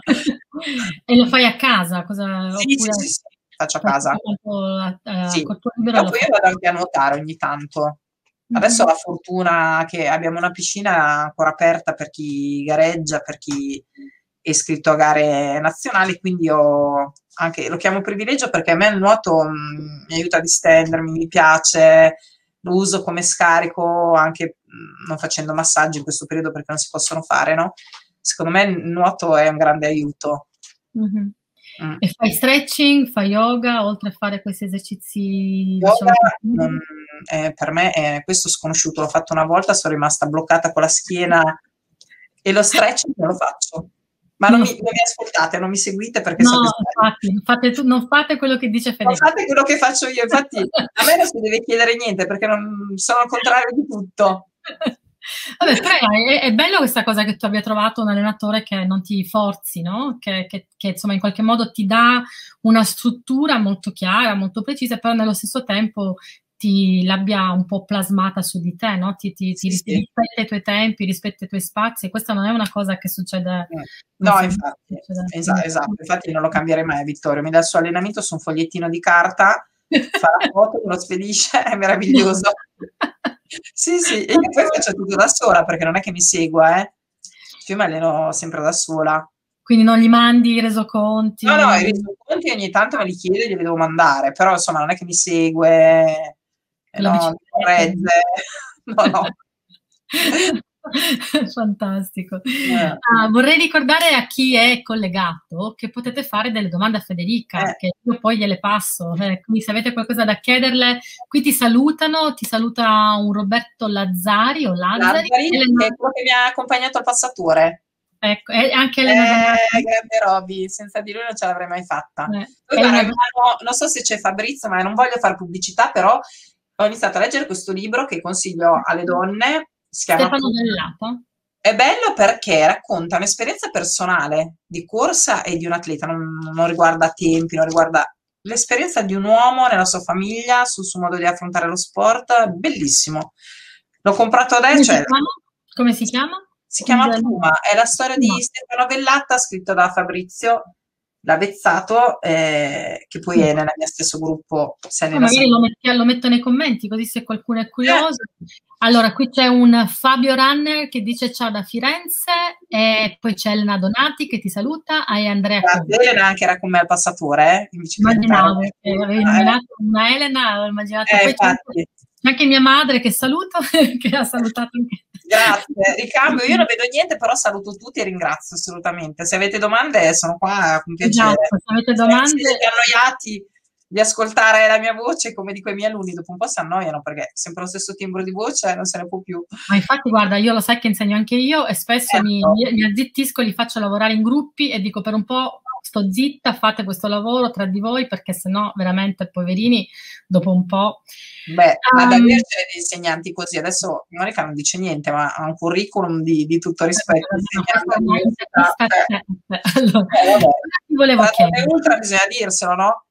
E lo fai a casa? Cosa, Sì, sì, oppure sì, sì, faccio a fai casa. tutto a, a, a Sì. corpo libero lo Dopo io fai? vado anche a nuotare ogni tanto. Adesso ho Mhm. la fortuna che abbiamo una piscina ancora aperta per chi gareggia, per chi è iscritto a gare nazionali, quindi ho anche, lo chiamo privilegio perché a me il nuoto mh, mi aiuta a distendermi, mi piace, lo uso come scarico anche mh, non facendo massaggi in questo periodo perché non si possono fare, no? Secondo me il nuoto è un grande aiuto. Mhm. Mm. E fai stretching, fai yoga, oltre a fare questi esercizi, Yoga diciamo, non- eh, per me è questo sconosciuto, l'ho fatto una volta, sono rimasta bloccata con la schiena e lo stretching non lo faccio. Ma non non lo mi, so. non mi ascoltate, non mi seguite perché so che No, sbaglio. infatti, non fate, tu- non fate quello che dice Non Federico. fate quello che faccio io, infatti a me non si deve chiedere niente perché non, sono al contrario di tutto. Vabbè, però è, è bello questa cosa che tu abbia trovato un allenatore che non ti forzi, no? Che, che- che, insomma in qualche modo ti dà una struttura molto chiara, molto precisa, però nello stesso tempo ti l'abbia un po' plasmata su di te, no? Ti, ti, ti Sì, sì. rispetta i tuoi tempi, rispetta i tuoi spazi, e questa non è una cosa che succede. No, non infatti, succede. esa- esatto, infatti non lo cambierei mai a Vittorio, mi dà il suo allenamento su un fogliettino di carta, fa la foto, me lo spedisce, è meraviglioso. Sì, sì, e io poi faccio tutto da sola perché non è che mi segua, eh. Io mi alleno sempre da sola. Quindi non gli mandi i resoconti? No, no, i resoconti ogni tanto me li chiede e glieli devo mandare, però insomma non è che mi segue, eh, La no, mi corregge, no, no. Fantastico. Eh. Ah, vorrei ricordare a chi è collegato che potete fare delle domande a Federica, Eh. che io poi gliele passo. Eh, quindi se avete qualcosa da chiederle, qui ti salutano, ti saluta un Roberto Lazzari o Lazzari. Lazzari, Elena, che è quello che mi ha accompagnato al passatore. ecco, e anche Elena Donati. Eh, grande Roby, senza di lui non ce l'avrei mai fatta. Eh, Poi Elena guarda, no, non so se c'è Fabrizio, ma non voglio fare pubblicità, però ho iniziato a leggere questo libro che consiglio alle donne, si chiama Stefano Puma. Bellato. È bello perché racconta un'esperienza personale di corsa e di un atleta, non, non riguarda tempi, non riguarda l'esperienza di un uomo nella sua famiglia, sul suo modo di affrontare lo sport, bellissimo. L'ho comprato Come adesso. si Cioè, chiama? Come si chiama? si chiama Il- Puma, è la storia Puma. di Stefano Bellatta, scritto da Fabrizio Lavezzato, eh, che poi è nel mio stesso gruppo. Se Poi magari lo, metti- lo metto nei commenti, così se qualcuno è curioso. Allora, qui c'è un Fabio Runner che dice ciao da Firenze, e poi c'è Elena Donati che ti saluta, e Andrea Conti. Elena anche era con me al passatore, eh, in bicicletta. Immaginavo che avevi nominato una Elena, ho immaginato. Eh, Poi c'è anche, infatti. c'è anche mia madre che saluto, che ha salutato anche. Grazie, ricambio, io non vedo niente, però saluto tutti e ringrazio assolutamente. Se avete domande sono qua con piacere. Esatto, se avete Se domande... siete annoiati di ascoltare la mia voce, come dico ai miei alunni, dopo un po' si annoiano perché è sempre lo stesso timbro di voce, non se ne può più. Ma infatti, guarda, io lo sai che insegno anche io e spesso Ecco. mi, mi, mi azzittisco, li faccio lavorare in gruppi e dico per un po' sto zitta, fate questo lavoro tra di voi, perché sennò veramente poverini dopo un po'. Beh, Um, ad avercene di insegnanti così, adesso Monica non dice niente, ma ha un curriculum di, di tutto rispetto. Allora, ti volevo chiedere. Ultra bisogna dirselo, no?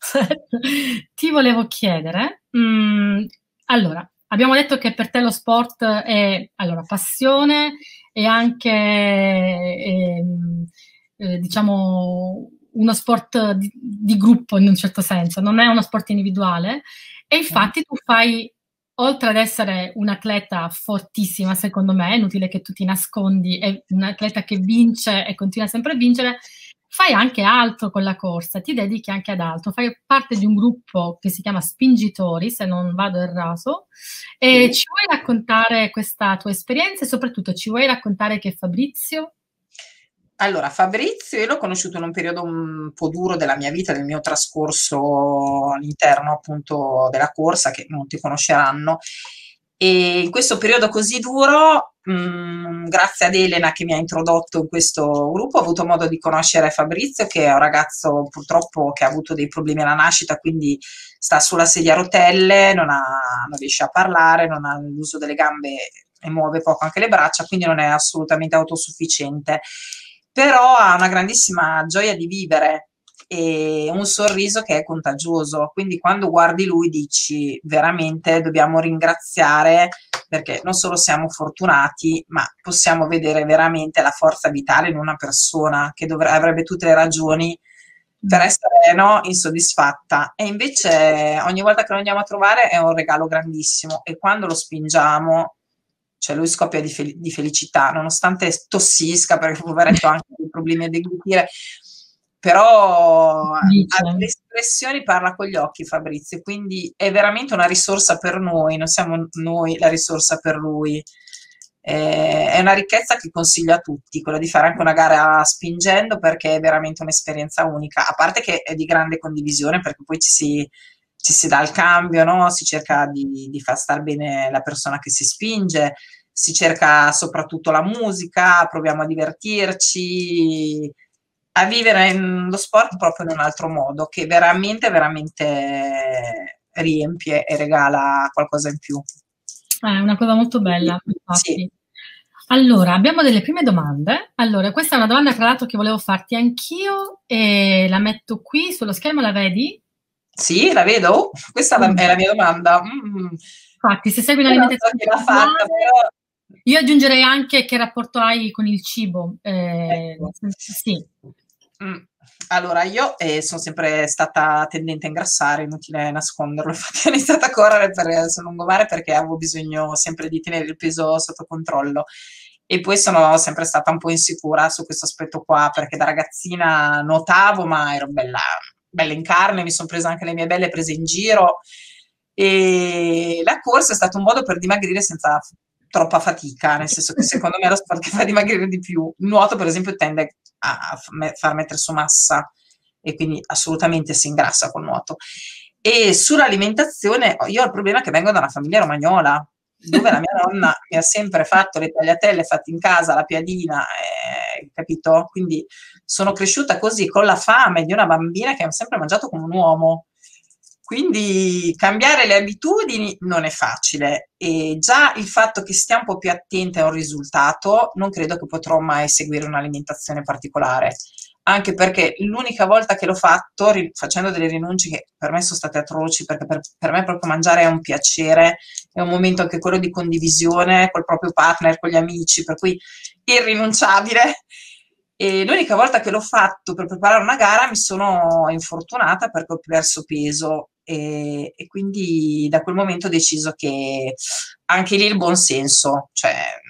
Ti volevo chiedere, mh, allora, abbiamo detto che per te lo sport è, allora, passione e anche, eh, eh, diciamo, uno sport di, di gruppo in un certo senso, non è uno sport individuale, e infatti tu fai, oltre ad essere un'atleta fortissima, secondo me, è inutile che tu ti nascondi, è un atleta che vince e continua sempre a vincere, fai anche altro con la corsa, ti dedichi anche ad altro, fai parte di un gruppo che si chiama Spingitori, se non vado errato, e Sì. ci vuoi raccontare questa tua esperienza e soprattutto ci vuoi raccontare che Fabrizio? Allora, Fabrizio io l'ho conosciuto in un periodo un po' duro della mia vita, del mio trascorso all'interno appunto della corsa, che molti conosceranno, e in questo periodo così duro, mh, grazie ad Elena che mi ha introdotto in questo gruppo, ho avuto modo di conoscere Fabrizio, che è un ragazzo purtroppo che ha avuto dei problemi alla nascita, quindi sta sulla sedia a rotelle, non, ha, non riesce a parlare, non ha l'uso delle gambe e muove poco anche le braccia, quindi non è assolutamente autosufficiente. Però ha una grandissima gioia di vivere e un sorriso che è contagioso, quindi quando guardi lui dici veramente dobbiamo ringraziare, perché non solo siamo fortunati, ma possiamo vedere veramente la forza vitale in una persona che dovre- avrebbe tutte le ragioni per essere, no, insoddisfatta, e invece ogni volta che lo andiamo a trovare è un regalo grandissimo, e quando lo spingiamo, cioè lui scoppia di, fel- di felicità, nonostante tossisca, perché poveretto ha anche dei problemi a deglutire, però Dice. ha delle espressioni, parla con gli occhi Fabrizio, quindi è veramente una risorsa per noi, non siamo noi la risorsa per lui. Eh, è una ricchezza che consiglio a tutti, quella di fare anche una gara spingendo, perché è veramente un'esperienza unica, a parte che è di grande condivisione, perché poi ci si, ci si dà il cambio, no? Si cerca di, di far star bene la persona che si spinge, si cerca soprattutto la musica, proviamo a divertirci, a vivere in, lo sport proprio in un altro modo, che veramente, veramente riempie e regala qualcosa in più. È una cosa molto bella, infatti. Sì. Allora, abbiamo delle prime domande. Allora, questa è una domanda tra l'altro che volevo farti anch'io e la metto qui sullo schermo, la vedi? Sì, la vedo? Oh, questa Mm. è la mia domanda. Mm. Infatti, se segui un'alimentazione salutare, io aggiungerei anche che rapporto hai con il cibo. Eh, ecco. Sì. Mm. Allora, io eh, sono sempre stata tendente a ingrassare, inutile nasconderlo, infatti ho iniziato a correre per, sul lungomare perché avevo bisogno sempre di tenere il peso sotto controllo. E poi sono sempre stata un po' insicura su questo aspetto qua, perché da ragazzina nuotavo, ma ero bella, bella in carne, mi sono presa anche le mie belle prese in giro. E la corsa è stato un modo per dimagrire senza troppa fatica, nel senso che secondo me è lo sport che fa dimagrire di più. Il nuoto, per esempio, tende a far mettere su massa e quindi assolutamente si ingrassa col nuoto. E sull'alimentazione, io ho il problema che vengo da una famiglia romagnola, dove la mia nonna mi ha sempre fatto le tagliatelle fatte in casa, la piadina, eh, capito? Quindi sono cresciuta così, con la fame di una bambina che ha sempre mangiato come un uomo. Quindi cambiare le abitudini non è facile e già il fatto che stia un po' più attenta a un risultato, non credo che potrò mai seguire un'alimentazione particolare, anche perché l'unica volta che l'ho fatto, ri- facendo delle rinunce che per me sono state atroci, perché per, per me proprio mangiare è un piacere, è un momento anche quello di condivisione col proprio partner, con gli amici, per cui irrinunciabile. E l'unica volta che l'ho fatto per preparare una gara mi sono infortunata perché ho perso peso e, e quindi da quel momento ho deciso che anche lì il buon senso, cioè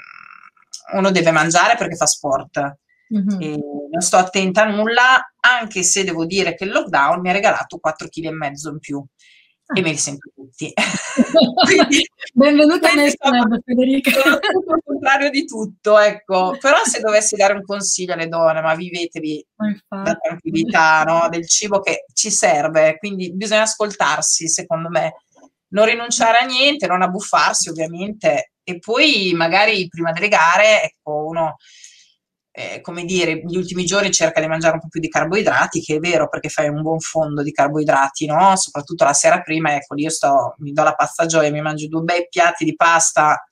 uno deve mangiare perché fa sport. Mm-hmm. E non sto attenta a nulla, anche se devo dire che il lockdown mi ha regalato quattro chili e mezzo in più e me li sento tutti. Quindi, benvenuta quindi nel club, Federica. Sono tutto il contrario di tutto, ecco. Però se dovessi dare un consiglio alle donne, ma vivetevi la tranquillità, no? Del cibo che ci serve, quindi bisogna ascoltarsi, secondo me, non rinunciare a niente, non abbuffarsi ovviamente, e poi magari prima delle gare, ecco, uno eh, come dire, gli ultimi giorni cerca di mangiare un po' più di carboidrati, che è vero perché fai un buon fondo di carboidrati, no? Soprattutto la sera prima, ecco, io sto, mi do la pasta gioia, mi mangio due bei piatti di pasta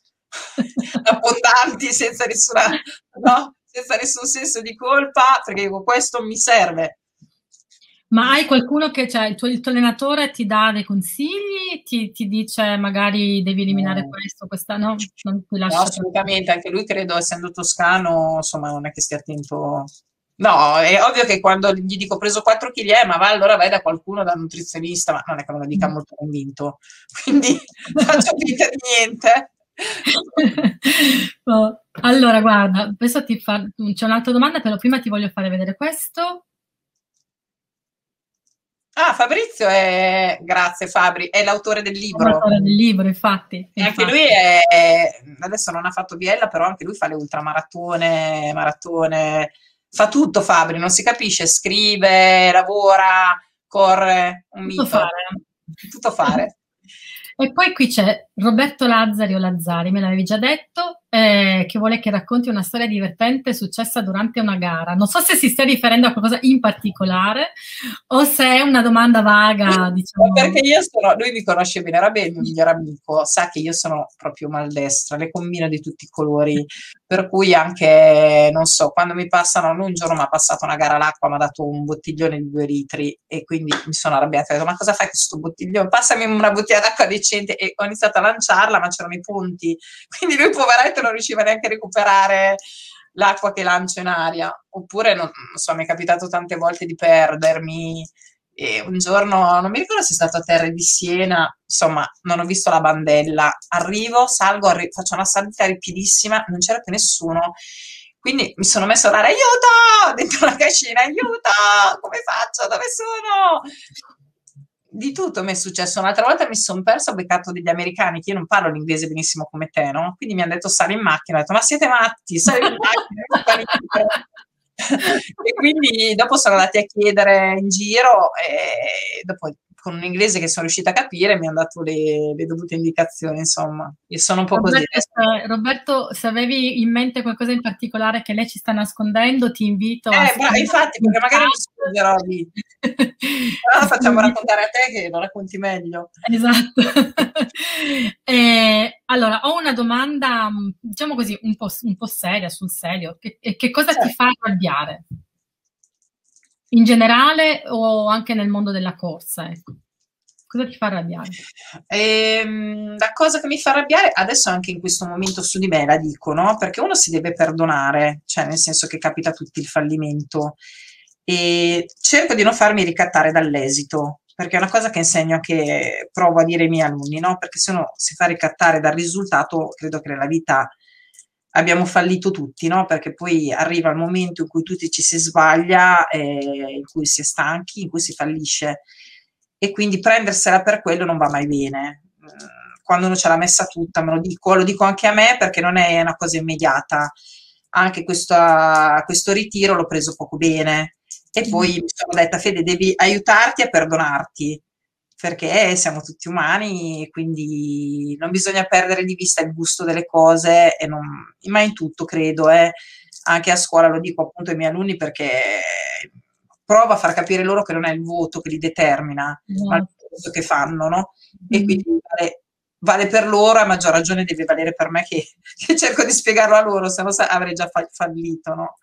abbondanti senza nessuna, no? Senza nessun senso di colpa, perché dico, questo mi serve. Ma hai qualcuno che, cioè, il tuo, il tuo allenatore ti dà dei consigli, ti, ti dice magari devi eliminare no. questo, questa no? Non ti lascia No, assolutamente, anche lui credo, essendo toscano, insomma, non è che stia attento. No, è ovvio che quando gli dico ho preso quattro chili, eh, ma va, allora vai da qualcuno, da un nutrizionista, ma non è che me lo dica molto convinto, quindi faccio finta di niente. Oh, allora, guarda, adesso ti fa... c'è un'altra domanda, però prima ti voglio fare vedere questo. Ah, Fabrizio è, grazie Fabri, è l'autore del libro. L'autore del libro, infatti. E infatti. anche lui è, adesso non ha fatto biella, però anche lui fa le ultramaratone, maratone, fa tutto Fabri, non si capisce, scrive, lavora, corre, un Tutto mito. fare. Tutto fare. E poi qui c'è Roberto Lazzari o Lazzari, me l'avevi già detto, eh, che vuole che racconti una storia divertente successa durante una gara. Non so se si stia riferendo a qualcosa in particolare o se è una domanda vaga, diciamo. Perché io sono, lui mi conosce bene, era bene il mio migliore amico, sa che io sono proprio maldestra, le combino di tutti i colori, per cui anche, non so, quando mi passano, lui un giorno mi ha passato una gara all'acqua, mi ha dato un bottiglione di due litri e quindi mi sono arrabbiata, ho detto ma cosa fai con questo bottiglione? Passami una bottiglia d'acqua decente e ho iniziato a lanciarla ma c'erano i punti, quindi lui poveretto non riusciva neanche a recuperare l'acqua che lancio in aria, oppure non, non so, mi è capitato tante volte di perdermi. E un giorno, non mi ricordo se è stato a Terre di Siena, insomma, non ho visto la bandella. Arrivo, salgo, arri- faccio una salita ripidissima, non c'era più nessuno. Quindi mi sono messa a urlare, aiuto! Dentro la cascina, aiuto! Come faccio? Dove sono? Di tutto mi è successo. Un'altra volta mi sono persa, ho beccato degli americani, che io non parlo l'inglese benissimo come te, no? Quindi mi hanno detto sali in macchina, ho detto ma siete matti, sali in macchina, e quindi dopo sono andati a chiedere in giro e dopo con un inglese che sono riuscita a capire mi hanno dato le, le dovute indicazioni, insomma. Io sono un po' Roberto, così. se, Roberto, se avevi in mente qualcosa in particolare che lei ci sta nascondendo, ti invito eh, a... Bra- infatti, perché magari mi scuserò di... Però la facciamo raccontare a te che lo racconti meglio. Esatto. eh, allora, ho una domanda, diciamo così, un po', un po' seria, sul serio. Che, che cosa certo. ti fa arrabbiare? In generale o anche nel mondo della corsa? Ecco. Cosa ti fa arrabbiare? Ehm, la cosa che mi fa arrabbiare adesso anche in questo momento su di me la dico, no? Perché uno si deve perdonare, cioè nel senso che capita a tutti il fallimento e cerco di non farmi ricattare dall'esito, perché è una cosa che insegno, che provo a dire ai miei alunni, no? Perché se uno si fa ricattare dal risultato, credo che nella vita abbiamo fallito tutti, no? Perché poi arriva il momento in cui tutti ci si sbaglia, eh, in cui si è stanchi, in cui si fallisce e quindi prendersela per quello non va mai bene. Quando uno ce l'ha messa tutta, me lo dico, lo dico anche a me perché non è una cosa immediata. Anche questa, questo ritiro l'ho preso poco bene e poi mi sono detta: Fede, devi aiutarti a perdonarti perché siamo tutti umani, quindi non bisogna perdere di vista il gusto delle cose, e non, ma in tutto credo, eh. Anche a scuola lo dico appunto ai miei alunni, perché provo a far capire loro che non è il voto che li determina, no, ma il voto che fanno, no? E quindi vale, vale per loro, a maggior ragione deve valere per me che, che cerco di spiegarlo a loro, se no avrei già fallito, no?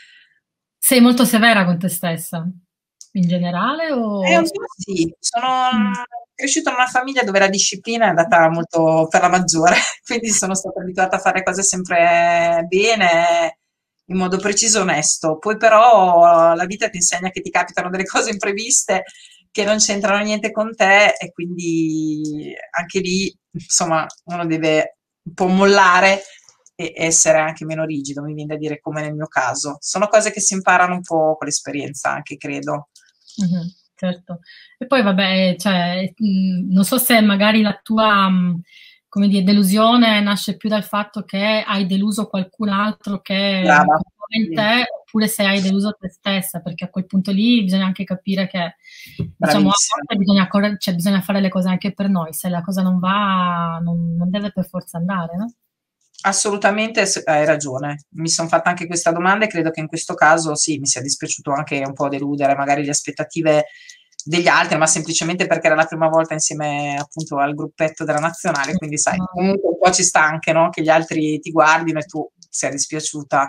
Sei molto severa con te stessa? In generale? O... Eh, sì, sono mm. cresciuta in una famiglia dove la disciplina è andata molto per la maggiore, quindi sono stata abituata a fare cose sempre bene, in modo preciso e onesto. Poi però la vita ti insegna che ti capitano delle cose impreviste che non c'entrano niente con te e quindi anche lì, insomma, uno deve un po' mollare e essere anche meno rigido, mi viene da dire, come nel mio caso. Sono cose che si imparano un po' con l'esperienza, anche credo. Mm-hmm, certo. E poi vabbè, cioè, mh, non so se magari la tua, mh, come dire, delusione nasce più dal fatto che hai deluso qualcun altro che Brava. in te, sì, oppure se hai deluso te stessa, perché a quel punto lì bisogna anche capire che, diciamo, a volte bisogna, corre- cioè, bisogna fare le cose anche per noi, se la cosa non va non, non deve per forza andare, no? Assolutamente, hai ragione. Mi sono fatta anche questa domanda e credo che in questo caso sì, mi sia dispiaciuto anche un po' deludere magari le aspettative degli altri, ma semplicemente perché era la prima volta insieme appunto al gruppetto della nazionale, quindi sai, comunque un po' ci sta anche, no? Che gli altri ti guardino e tu sia dispiaciuta.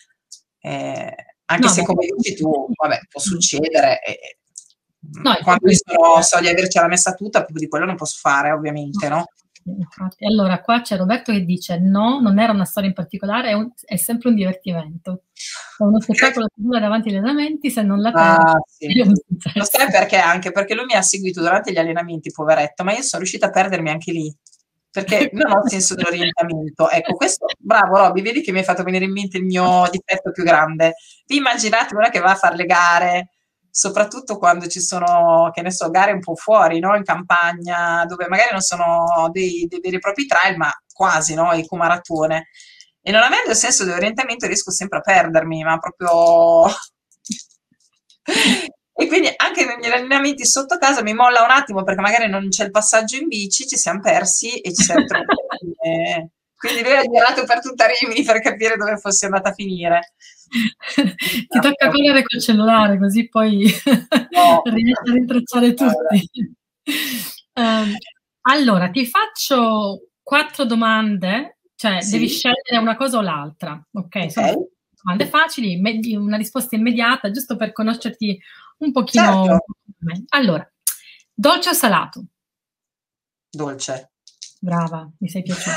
Eh, anche no, se come dici tu, vabbè, può succedere. E, no, quando io sono, so di avercela messa tutta, più di quello non posso fare, ovviamente, no? Infatti, allora qua c'è Roberto che dice: no, non era una storia in particolare, è, un, è sempre un divertimento, è uno spettacolo che dura davanti agli allenamenti, se non la perdi. Ah, sì. Lo sai perché? Anche perché lui mi ha seguito durante gli allenamenti, poveretto, ma io sono riuscita a perdermi anche lì perché non ho il senso dell'orientamento. Ecco, questo, bravo Robby, vedi che mi hai fatto venire in mente il mio difetto più grande. Vi immaginate una che va a fare le gare, soprattutto quando ci sono, che ne so, gare un po' fuori, no? In campagna, dove magari non sono dei, dei veri e propri trail, ma quasi, no? Ecomaratone. E non avendo il senso dell'orientamento riesco sempre a perdermi, ma proprio... E quindi anche nei miei allenamenti sotto casa mi molla un attimo perché magari non c'è il passaggio in bici, ci siamo persi e ci siamo trovati. Quindi lui ha girato per tutta Rimini per capire dove fosse andata a finire. Ti tocca correre col cellulare così poi no. riesci a rintracciare tutti. Um, allora, ti faccio quattro domande, cioè sì. Devi scegliere una cosa o l'altra, ok? okay. Sono domande facili, una risposta immediata, giusto per conoscerti un pochino. Certo. Allora, dolce o salato? Dolce. Brava, mi sei piaciuta.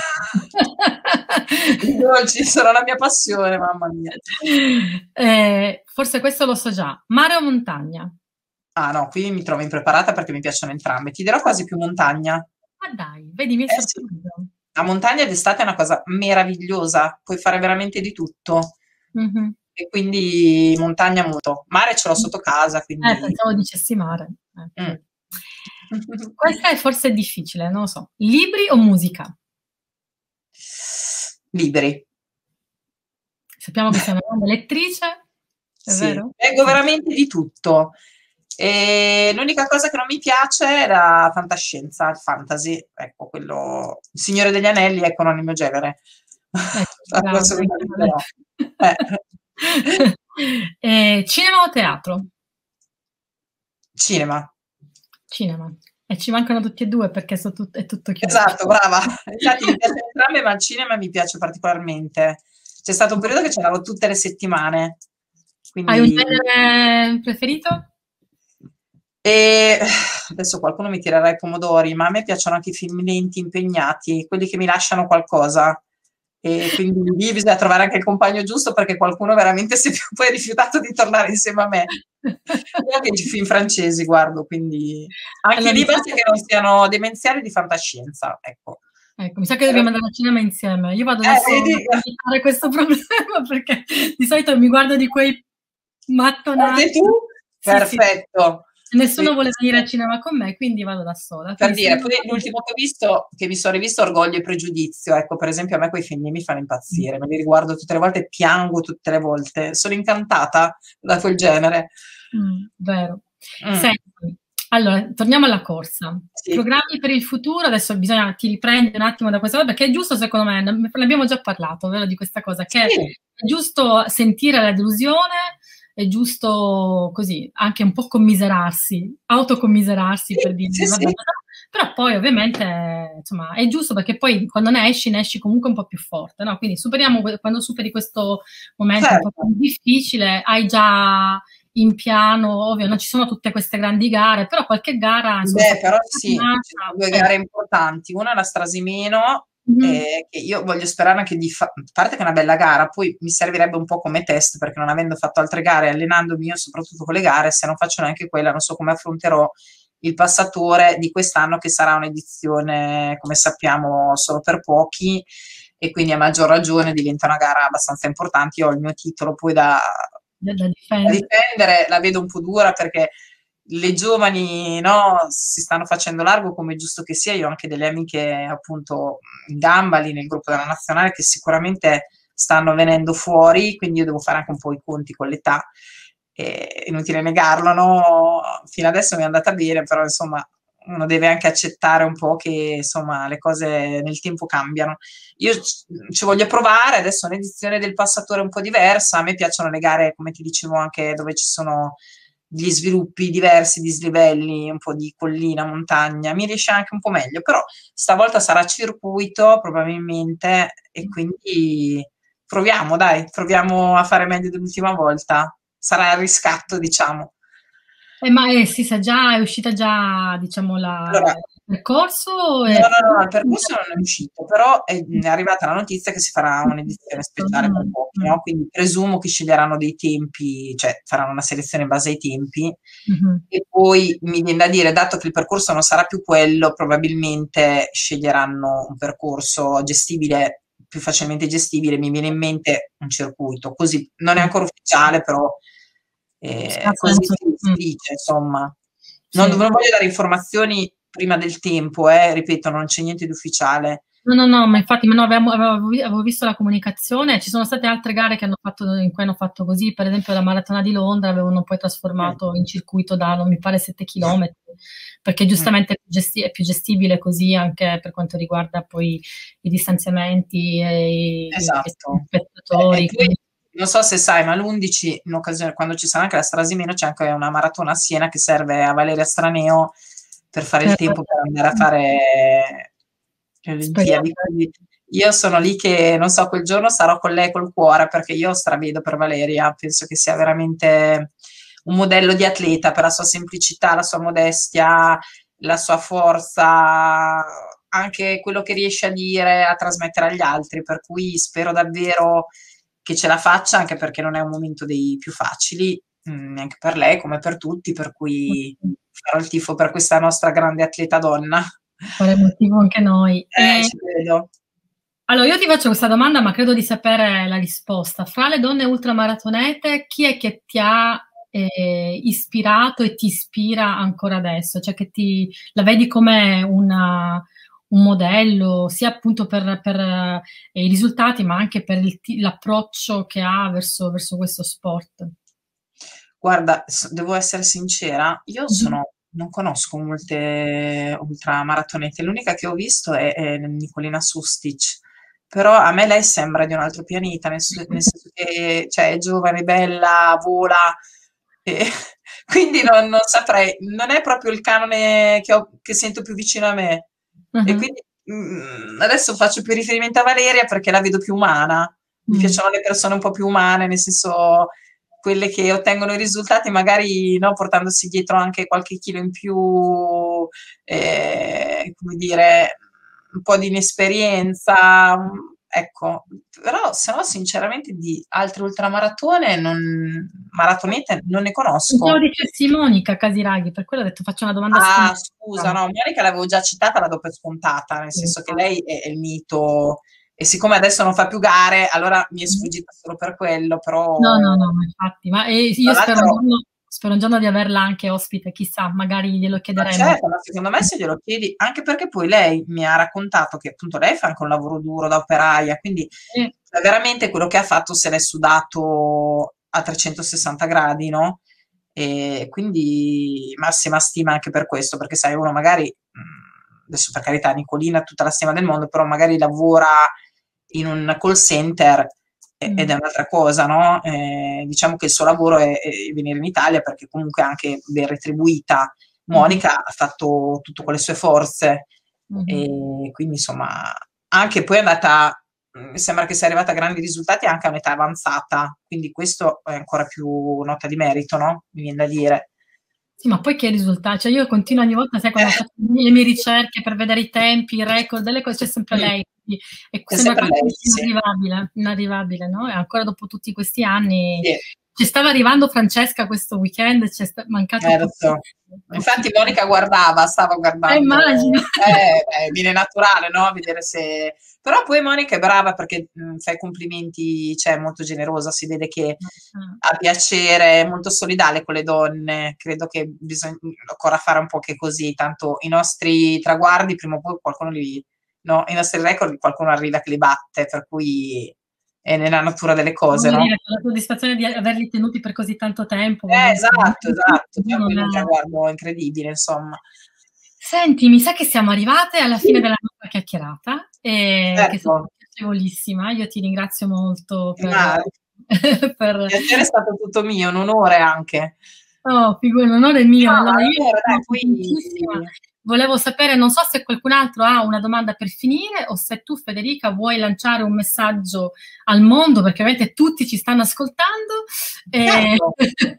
I dolci sono la mia passione, mamma mia. Eh, forse questo lo so già. Mare o montagna? Ah no, qui mi trovo impreparata perché mi piacciono entrambe. Ti dirò quasi più montagna. Ma dai, vedi, mi è eh, sorpreso. Sì. La montagna d'estate è una cosa meravigliosa, puoi fare veramente di tutto. Mm-hmm. E quindi montagna molto. Mare ce l'ho sotto casa, quindi... Eh, pensavo dicessi mare. Eh, mm. Questa è forse difficile, non lo so. Libri o musica? Libri. Sappiamo che sei una grande lettrice, è sì, vero? Leggo veramente di tutto. E l'unica cosa che non mi piace è la fantascienza, il fantasy. Ecco, quello... Il Signore degli Anelli, ecco, non il mio genere. Eh, bravo, assolutamente no. Eh. Eh, cinema o teatro? Cinema. Cinema. E ci mancano tutti e due perché so tut- è tutto chiuso. Esatto, brava. Infatti mi piace entrambe, ma il cinema mi piace particolarmente. C'è stato un periodo che ce l'avevo tutte le settimane. Quindi... Hai un genere preferito? E adesso qualcuno mi tirerà i pomodori, ma a me piacciono anche i film lenti, impegnati, quelli che mi lasciano qualcosa. E quindi lì bisogna trovare anche il compagno giusto, perché qualcuno veramente si è poi rifiutato di tornare insieme a me. Io anche i film francesi guardo, quindi anche Allora, lì mi sa basta che non siano demenziali di fantascienza, ecco. Ecco, mi sa che dobbiamo andare al cinema insieme. Io vado da Eh, sola vedi? per evitare questo problema, perché di solito mi guardo di quei mattonati. Anche tu? Sì, sì. Perfetto. Nessuno vuole venire al Benissimo. cinema con me, quindi vado da sola. Per Quindi se dire, io poi l'ultimo che ho visto, che mi sono rivisto, Orgoglio e Pregiudizio. Ecco, per esempio, a me quei film lì mi fanno impazzire, me li riguardo tutte le volte e piango tutte le volte. Sono incantata da quel genere. Mm, vero. Mm, Senti, allora, torniamo alla corsa. sì, Programmi per il futuro, adesso bisogna ti riprendi un attimo da questa cosa, perché è giusto, secondo me, ne ne abbiamo già parlato, vero, di questa cosa, che sì, è giusto sentire la delusione, è giusto così, anche un po' commiserarsi, autocommiserarsi sì, per dire, sì, vabbè, sì, però poi ovviamente, insomma, è giusto perché poi quando ne esci, ne esci comunque un po' più forte, no? Quindi superiamo, que- quando superi questo momento un po' certo. più difficile, hai già in piano, ovvio, non ci sono tutte queste grandi gare, però qualche gara, insomma, Beh, però sì, ci sono due eh, gare importanti. Una è la Strasimeno, mhm, eh, che io voglio sperare anche di fare, a parte che è una bella gara, poi mi servirebbe un po' come test, perché non avendo fatto altre gare, allenandomi io soprattutto con le gare, se non faccio neanche quella, non so come affronterò il passatore di quest'anno, che sarà un'edizione, come sappiamo, solo per pochi, e quindi a maggior ragione diventa una gara abbastanza importante. Io ho il mio titolo poi da, da, da da difendere. difendere, la vedo un po' dura, perché le giovani, no, si stanno facendo largo, come è giusto che sia. Io ho anche delle amiche appunto in gamba lì nel gruppo della nazionale, che sicuramente stanno venendo fuori, quindi io devo fare anche un po' i conti con l'età. È inutile negarlo, no? Fino adesso mi è andata bene, però insomma uno deve anche accettare un po' che insomma le cose nel tempo cambiano. Io ci ci voglio provare, adesso è un'edizione del passatore un po' diversa. A me piacciono le gare, come ti dicevo, anche dove ci sono gli sviluppi diversi, dislivelli, un po' di collina, montagna. Mi riesce anche un po' meglio, però stavolta sarà circuito probabilmente, e quindi proviamo, dai, proviamo a fare meglio dell'ultima volta. Sarà il riscatto, diciamo. Eh, ma eh, sì, sa già, è uscita già, diciamo, la, Allora, il percorso? no, E... no, no, il percorso non è uscito, però è, è arrivata la notizia che si farà un'edizione speciale con Mm, pochi, mm, no? Quindi presumo che sceglieranno dei tempi, cioè faranno una selezione in base ai tempi, mhm. e poi mi viene da dire, dato che il percorso non sarà più quello, probabilmente sceglieranno un percorso gestibile, più facilmente gestibile. Mi viene in mente un circuito, così non è ancora ufficiale, però Ha eh, così senso. si, si Mm, dice, insomma. Non, sì. non voglio dare informazioni prima del tempo, eh, ripeto, non c'è niente di ufficiale. No, no, no, ma infatti ma no, avevamo- avevo, vi- avevo visto la comunicazione, ci sono state altre gare che hanno fatto, in cui hanno fatto così, per esempio la Maratona di Londra avevano poi Mm, trasformato in circuito da, non mi pare, sette chilometri, perché mm, giustamente è più, gesti- è più gestibile così anche per quanto riguarda poi i distanziamenti e i, i esatto. E, e spettatori. poi Quindi, non so se sai, ma l'undici, in occasione, quando ci sarà anche la Strasimeno, c'è anche una maratona a Siena che serve a Valeria Straneo per fare il per- tempo per andare a fare le speriamo. Olimpiadi. Quindi io sono lì che, non so, quel giorno sarò con lei col cuore, perché io stravedo per Valeria, penso che sia veramente un modello di atleta, per la sua semplicità, la sua modestia, la sua forza, anche quello che riesce a dire, a trasmettere agli altri, per cui spero davvero che ce la faccia, anche perché non è un momento dei più facili, mh, neanche per lei come per tutti, per cui farò il tifo per questa nostra grande atleta donna. Faremo il tifo anche noi. Eh, E ci credo. allora, io ti faccio questa domanda, ma credo di sapere la risposta. Fra le donne ultramaratonete, chi è che ti ha eh, ispirato e ti ispira ancora adesso? Cioè che ti la vedi come una- un modello, sia appunto per, per, eh, i risultati, ma anche per il ti- l'approccio che ha verso, verso questo sport. Guarda, s- devo essere sincera, io Mhm. sono, non conosco molte ultramaratonete, l'unica che ho visto è, è Nicolina Sustic, però a me lei sembra di un altro pianeta, nel, sen- nel senso che cioè, è giovane, bella, vola, e quindi non, non saprei, non è proprio il canone che, ho- che sento più vicino a me. E Mhm. quindi mm, adesso faccio più riferimento a Valeria perché la vedo più umana. Mi Mm. piacciono le persone un po' più umane, nel senso quelle che ottengono i risultati magari, no, portandosi dietro anche qualche chilo in più, eh, come dire, un po' di inesperienza, ecco, però se no sinceramente di altre ultramaratone, non, maratonete non ne conosco. Pensavo dicessi Monica Casiraghi, per quello ho detto faccio una domanda Ah, scontata. scusa, no, Monica l'avevo già citata, la do per scontata, nel senso che lei è, è il mito, e siccome adesso non fa più gare, allora mi è sfuggita solo per quello, però... No, no, no, infatti, ma eh, io Tra spero un, l'altro- giorno, spero un giorno di averla anche ospite, chissà, magari glielo Ma chiederemo. certo, ma secondo me se glielo chiedi, anche perché poi lei mi ha raccontato che appunto lei fa anche un lavoro duro da operaia, quindi Eh, cioè, veramente quello che ha fatto se l'è sudato a trecentosessanta gradi, no? E quindi massima stima anche per questo, perché sai, uno magari, mh, adesso per carità, Nicolina ha tutta la stima del mondo, però magari lavora in un call center e- ed è mm, un'altra cosa, no? Eh, diciamo che il suo lavoro è, è venire in Italia perché comunque è anche ben retribuita. mhm, Monica ha fatto tutto con le sue forze mhm. e quindi insomma anche poi è andata, mi sembra che sia arrivata a grandi risultati anche a un'età avanzata, quindi questo è ancora più nota di merito, no? Mi viene da dire. Sì, ma poi che risultati? Cioè io continuo ogni volta, sai, quando Eh, faccio le mie ricerche per vedere i tempi, i record, delle cose, c'è sempre mm, lei. Quindi- e è sembra sempre quasi lei, sì, sì. inarrivabile, inarrivabile, no? E ancora dopo tutti questi anni. Sì. Ci stava arrivando Francesca questo weekend, ci è sta- mancato Eh, lo so. pochissimo. Infatti pochissimo. Monica guardava, stava Eh, guardando, immagino. eh, eh, viene naturale, no? Vedere se... Però poi Monica è brava perché mh, fa i complimenti, cioè è molto generosa, si vede che ha piacere, è molto solidale con le donne, credo che bisogna ancora fare un po' che così, tanto i nostri traguardi prima o poi qualcuno li... No, i nostri record qualcuno arriva che li batte, per cui è nella natura delle cose, Voglio no? dire, con la soddisfazione di averli tenuti per così tanto tempo, Eh, voglio dire, esatto, esatto, già non quello è un è- traguardo incredibile, insomma. Senti, mi sa che siamo arrivate alla fine della nostra chiacchierata, eh, che è stata Certo, piacevolissima. Io ti ringrazio molto per, ma il per... piacere è stato tutto mio, un onore anche. Oh, figurati, l'onore è mio. No, Allora, io allora sono dai, contentissima. poi Volevo sapere, non so se qualcun altro ha una domanda per finire o se tu, Federica, vuoi lanciare un messaggio al mondo, perché ovviamente tutti ci stanno ascoltando. E... certo.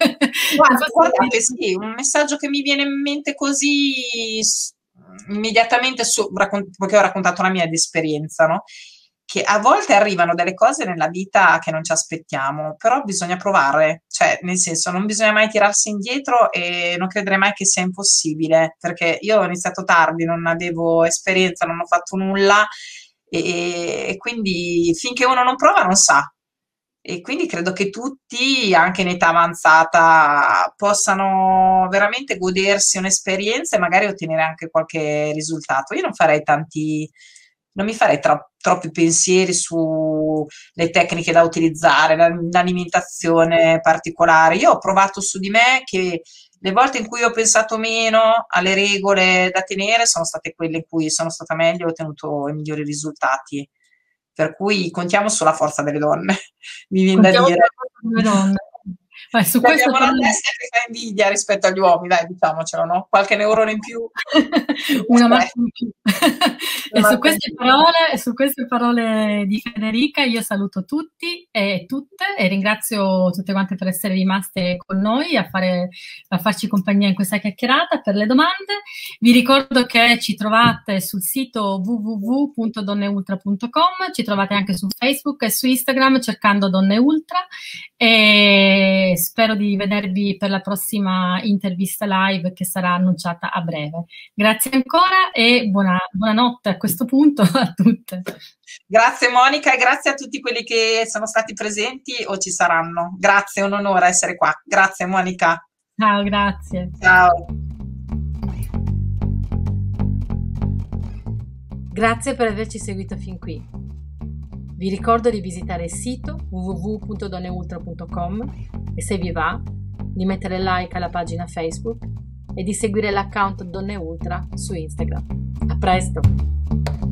Non Guarda, so se- guardate, sì, un messaggio che mi viene in mente così s- immediatamente, su, raccon- perché ho raccontato la mia esperienza, no? Che a volte arrivano delle cose nella vita che non ci aspettiamo, però bisogna provare, cioè nel senso non bisogna mai tirarsi indietro e non credere mai che sia impossibile, perché io ho iniziato tardi, non avevo esperienza, non ho fatto nulla e, e quindi finché uno non prova non sa. E quindi credo che tutti, anche in età avanzata, possano veramente godersi un'esperienza e magari ottenere anche qualche risultato. Io non farei tanti, non mi farei tro- troppi pensieri sulle tecniche da utilizzare, la- l'alimentazione particolare. Io ho provato su di me che le volte in cui ho pensato meno alle regole da tenere sono state quelle in cui sono stata meglio e ho ottenuto i migliori risultati. Per cui contiamo sulla forza delle donne, mi viene da Contiamo dire. sulla forza delle donne. Vai, su Cioè, questo abbiamo una parole- testa che fa invidia rispetto agli uomini, dai, diciamocelo, no? Qualche neurone in più. Una Eh, marcia in più. una E su marcia in queste più. parole, su queste parole di Federica io saluto tutti e tutte e ringrazio tutte quante per essere rimaste con noi a, fare, a farci compagnia in questa chiacchierata per le domande. Vi ricordo che ci trovate sul sito w w w punto donneultra punto com, ci trovate anche su Facebook e su Instagram cercando Donne Ultra e spero di vedervi per la prossima intervista live che sarà annunciata a breve. Grazie ancora e buona, buonanotte a questo punto a tutte. Grazie Monica e grazie a tutti quelli che sono stati presenti o ci saranno. Grazie, è un onore essere qua. Grazie Monica. Ciao, grazie. Ciao. Grazie per averci seguito fin qui. Vi ricordo di visitare il sito w w w punto donneultra punto com e se vi va di mettere like alla pagina Facebook e di seguire l'account Donne Ultra su Instagram. A presto!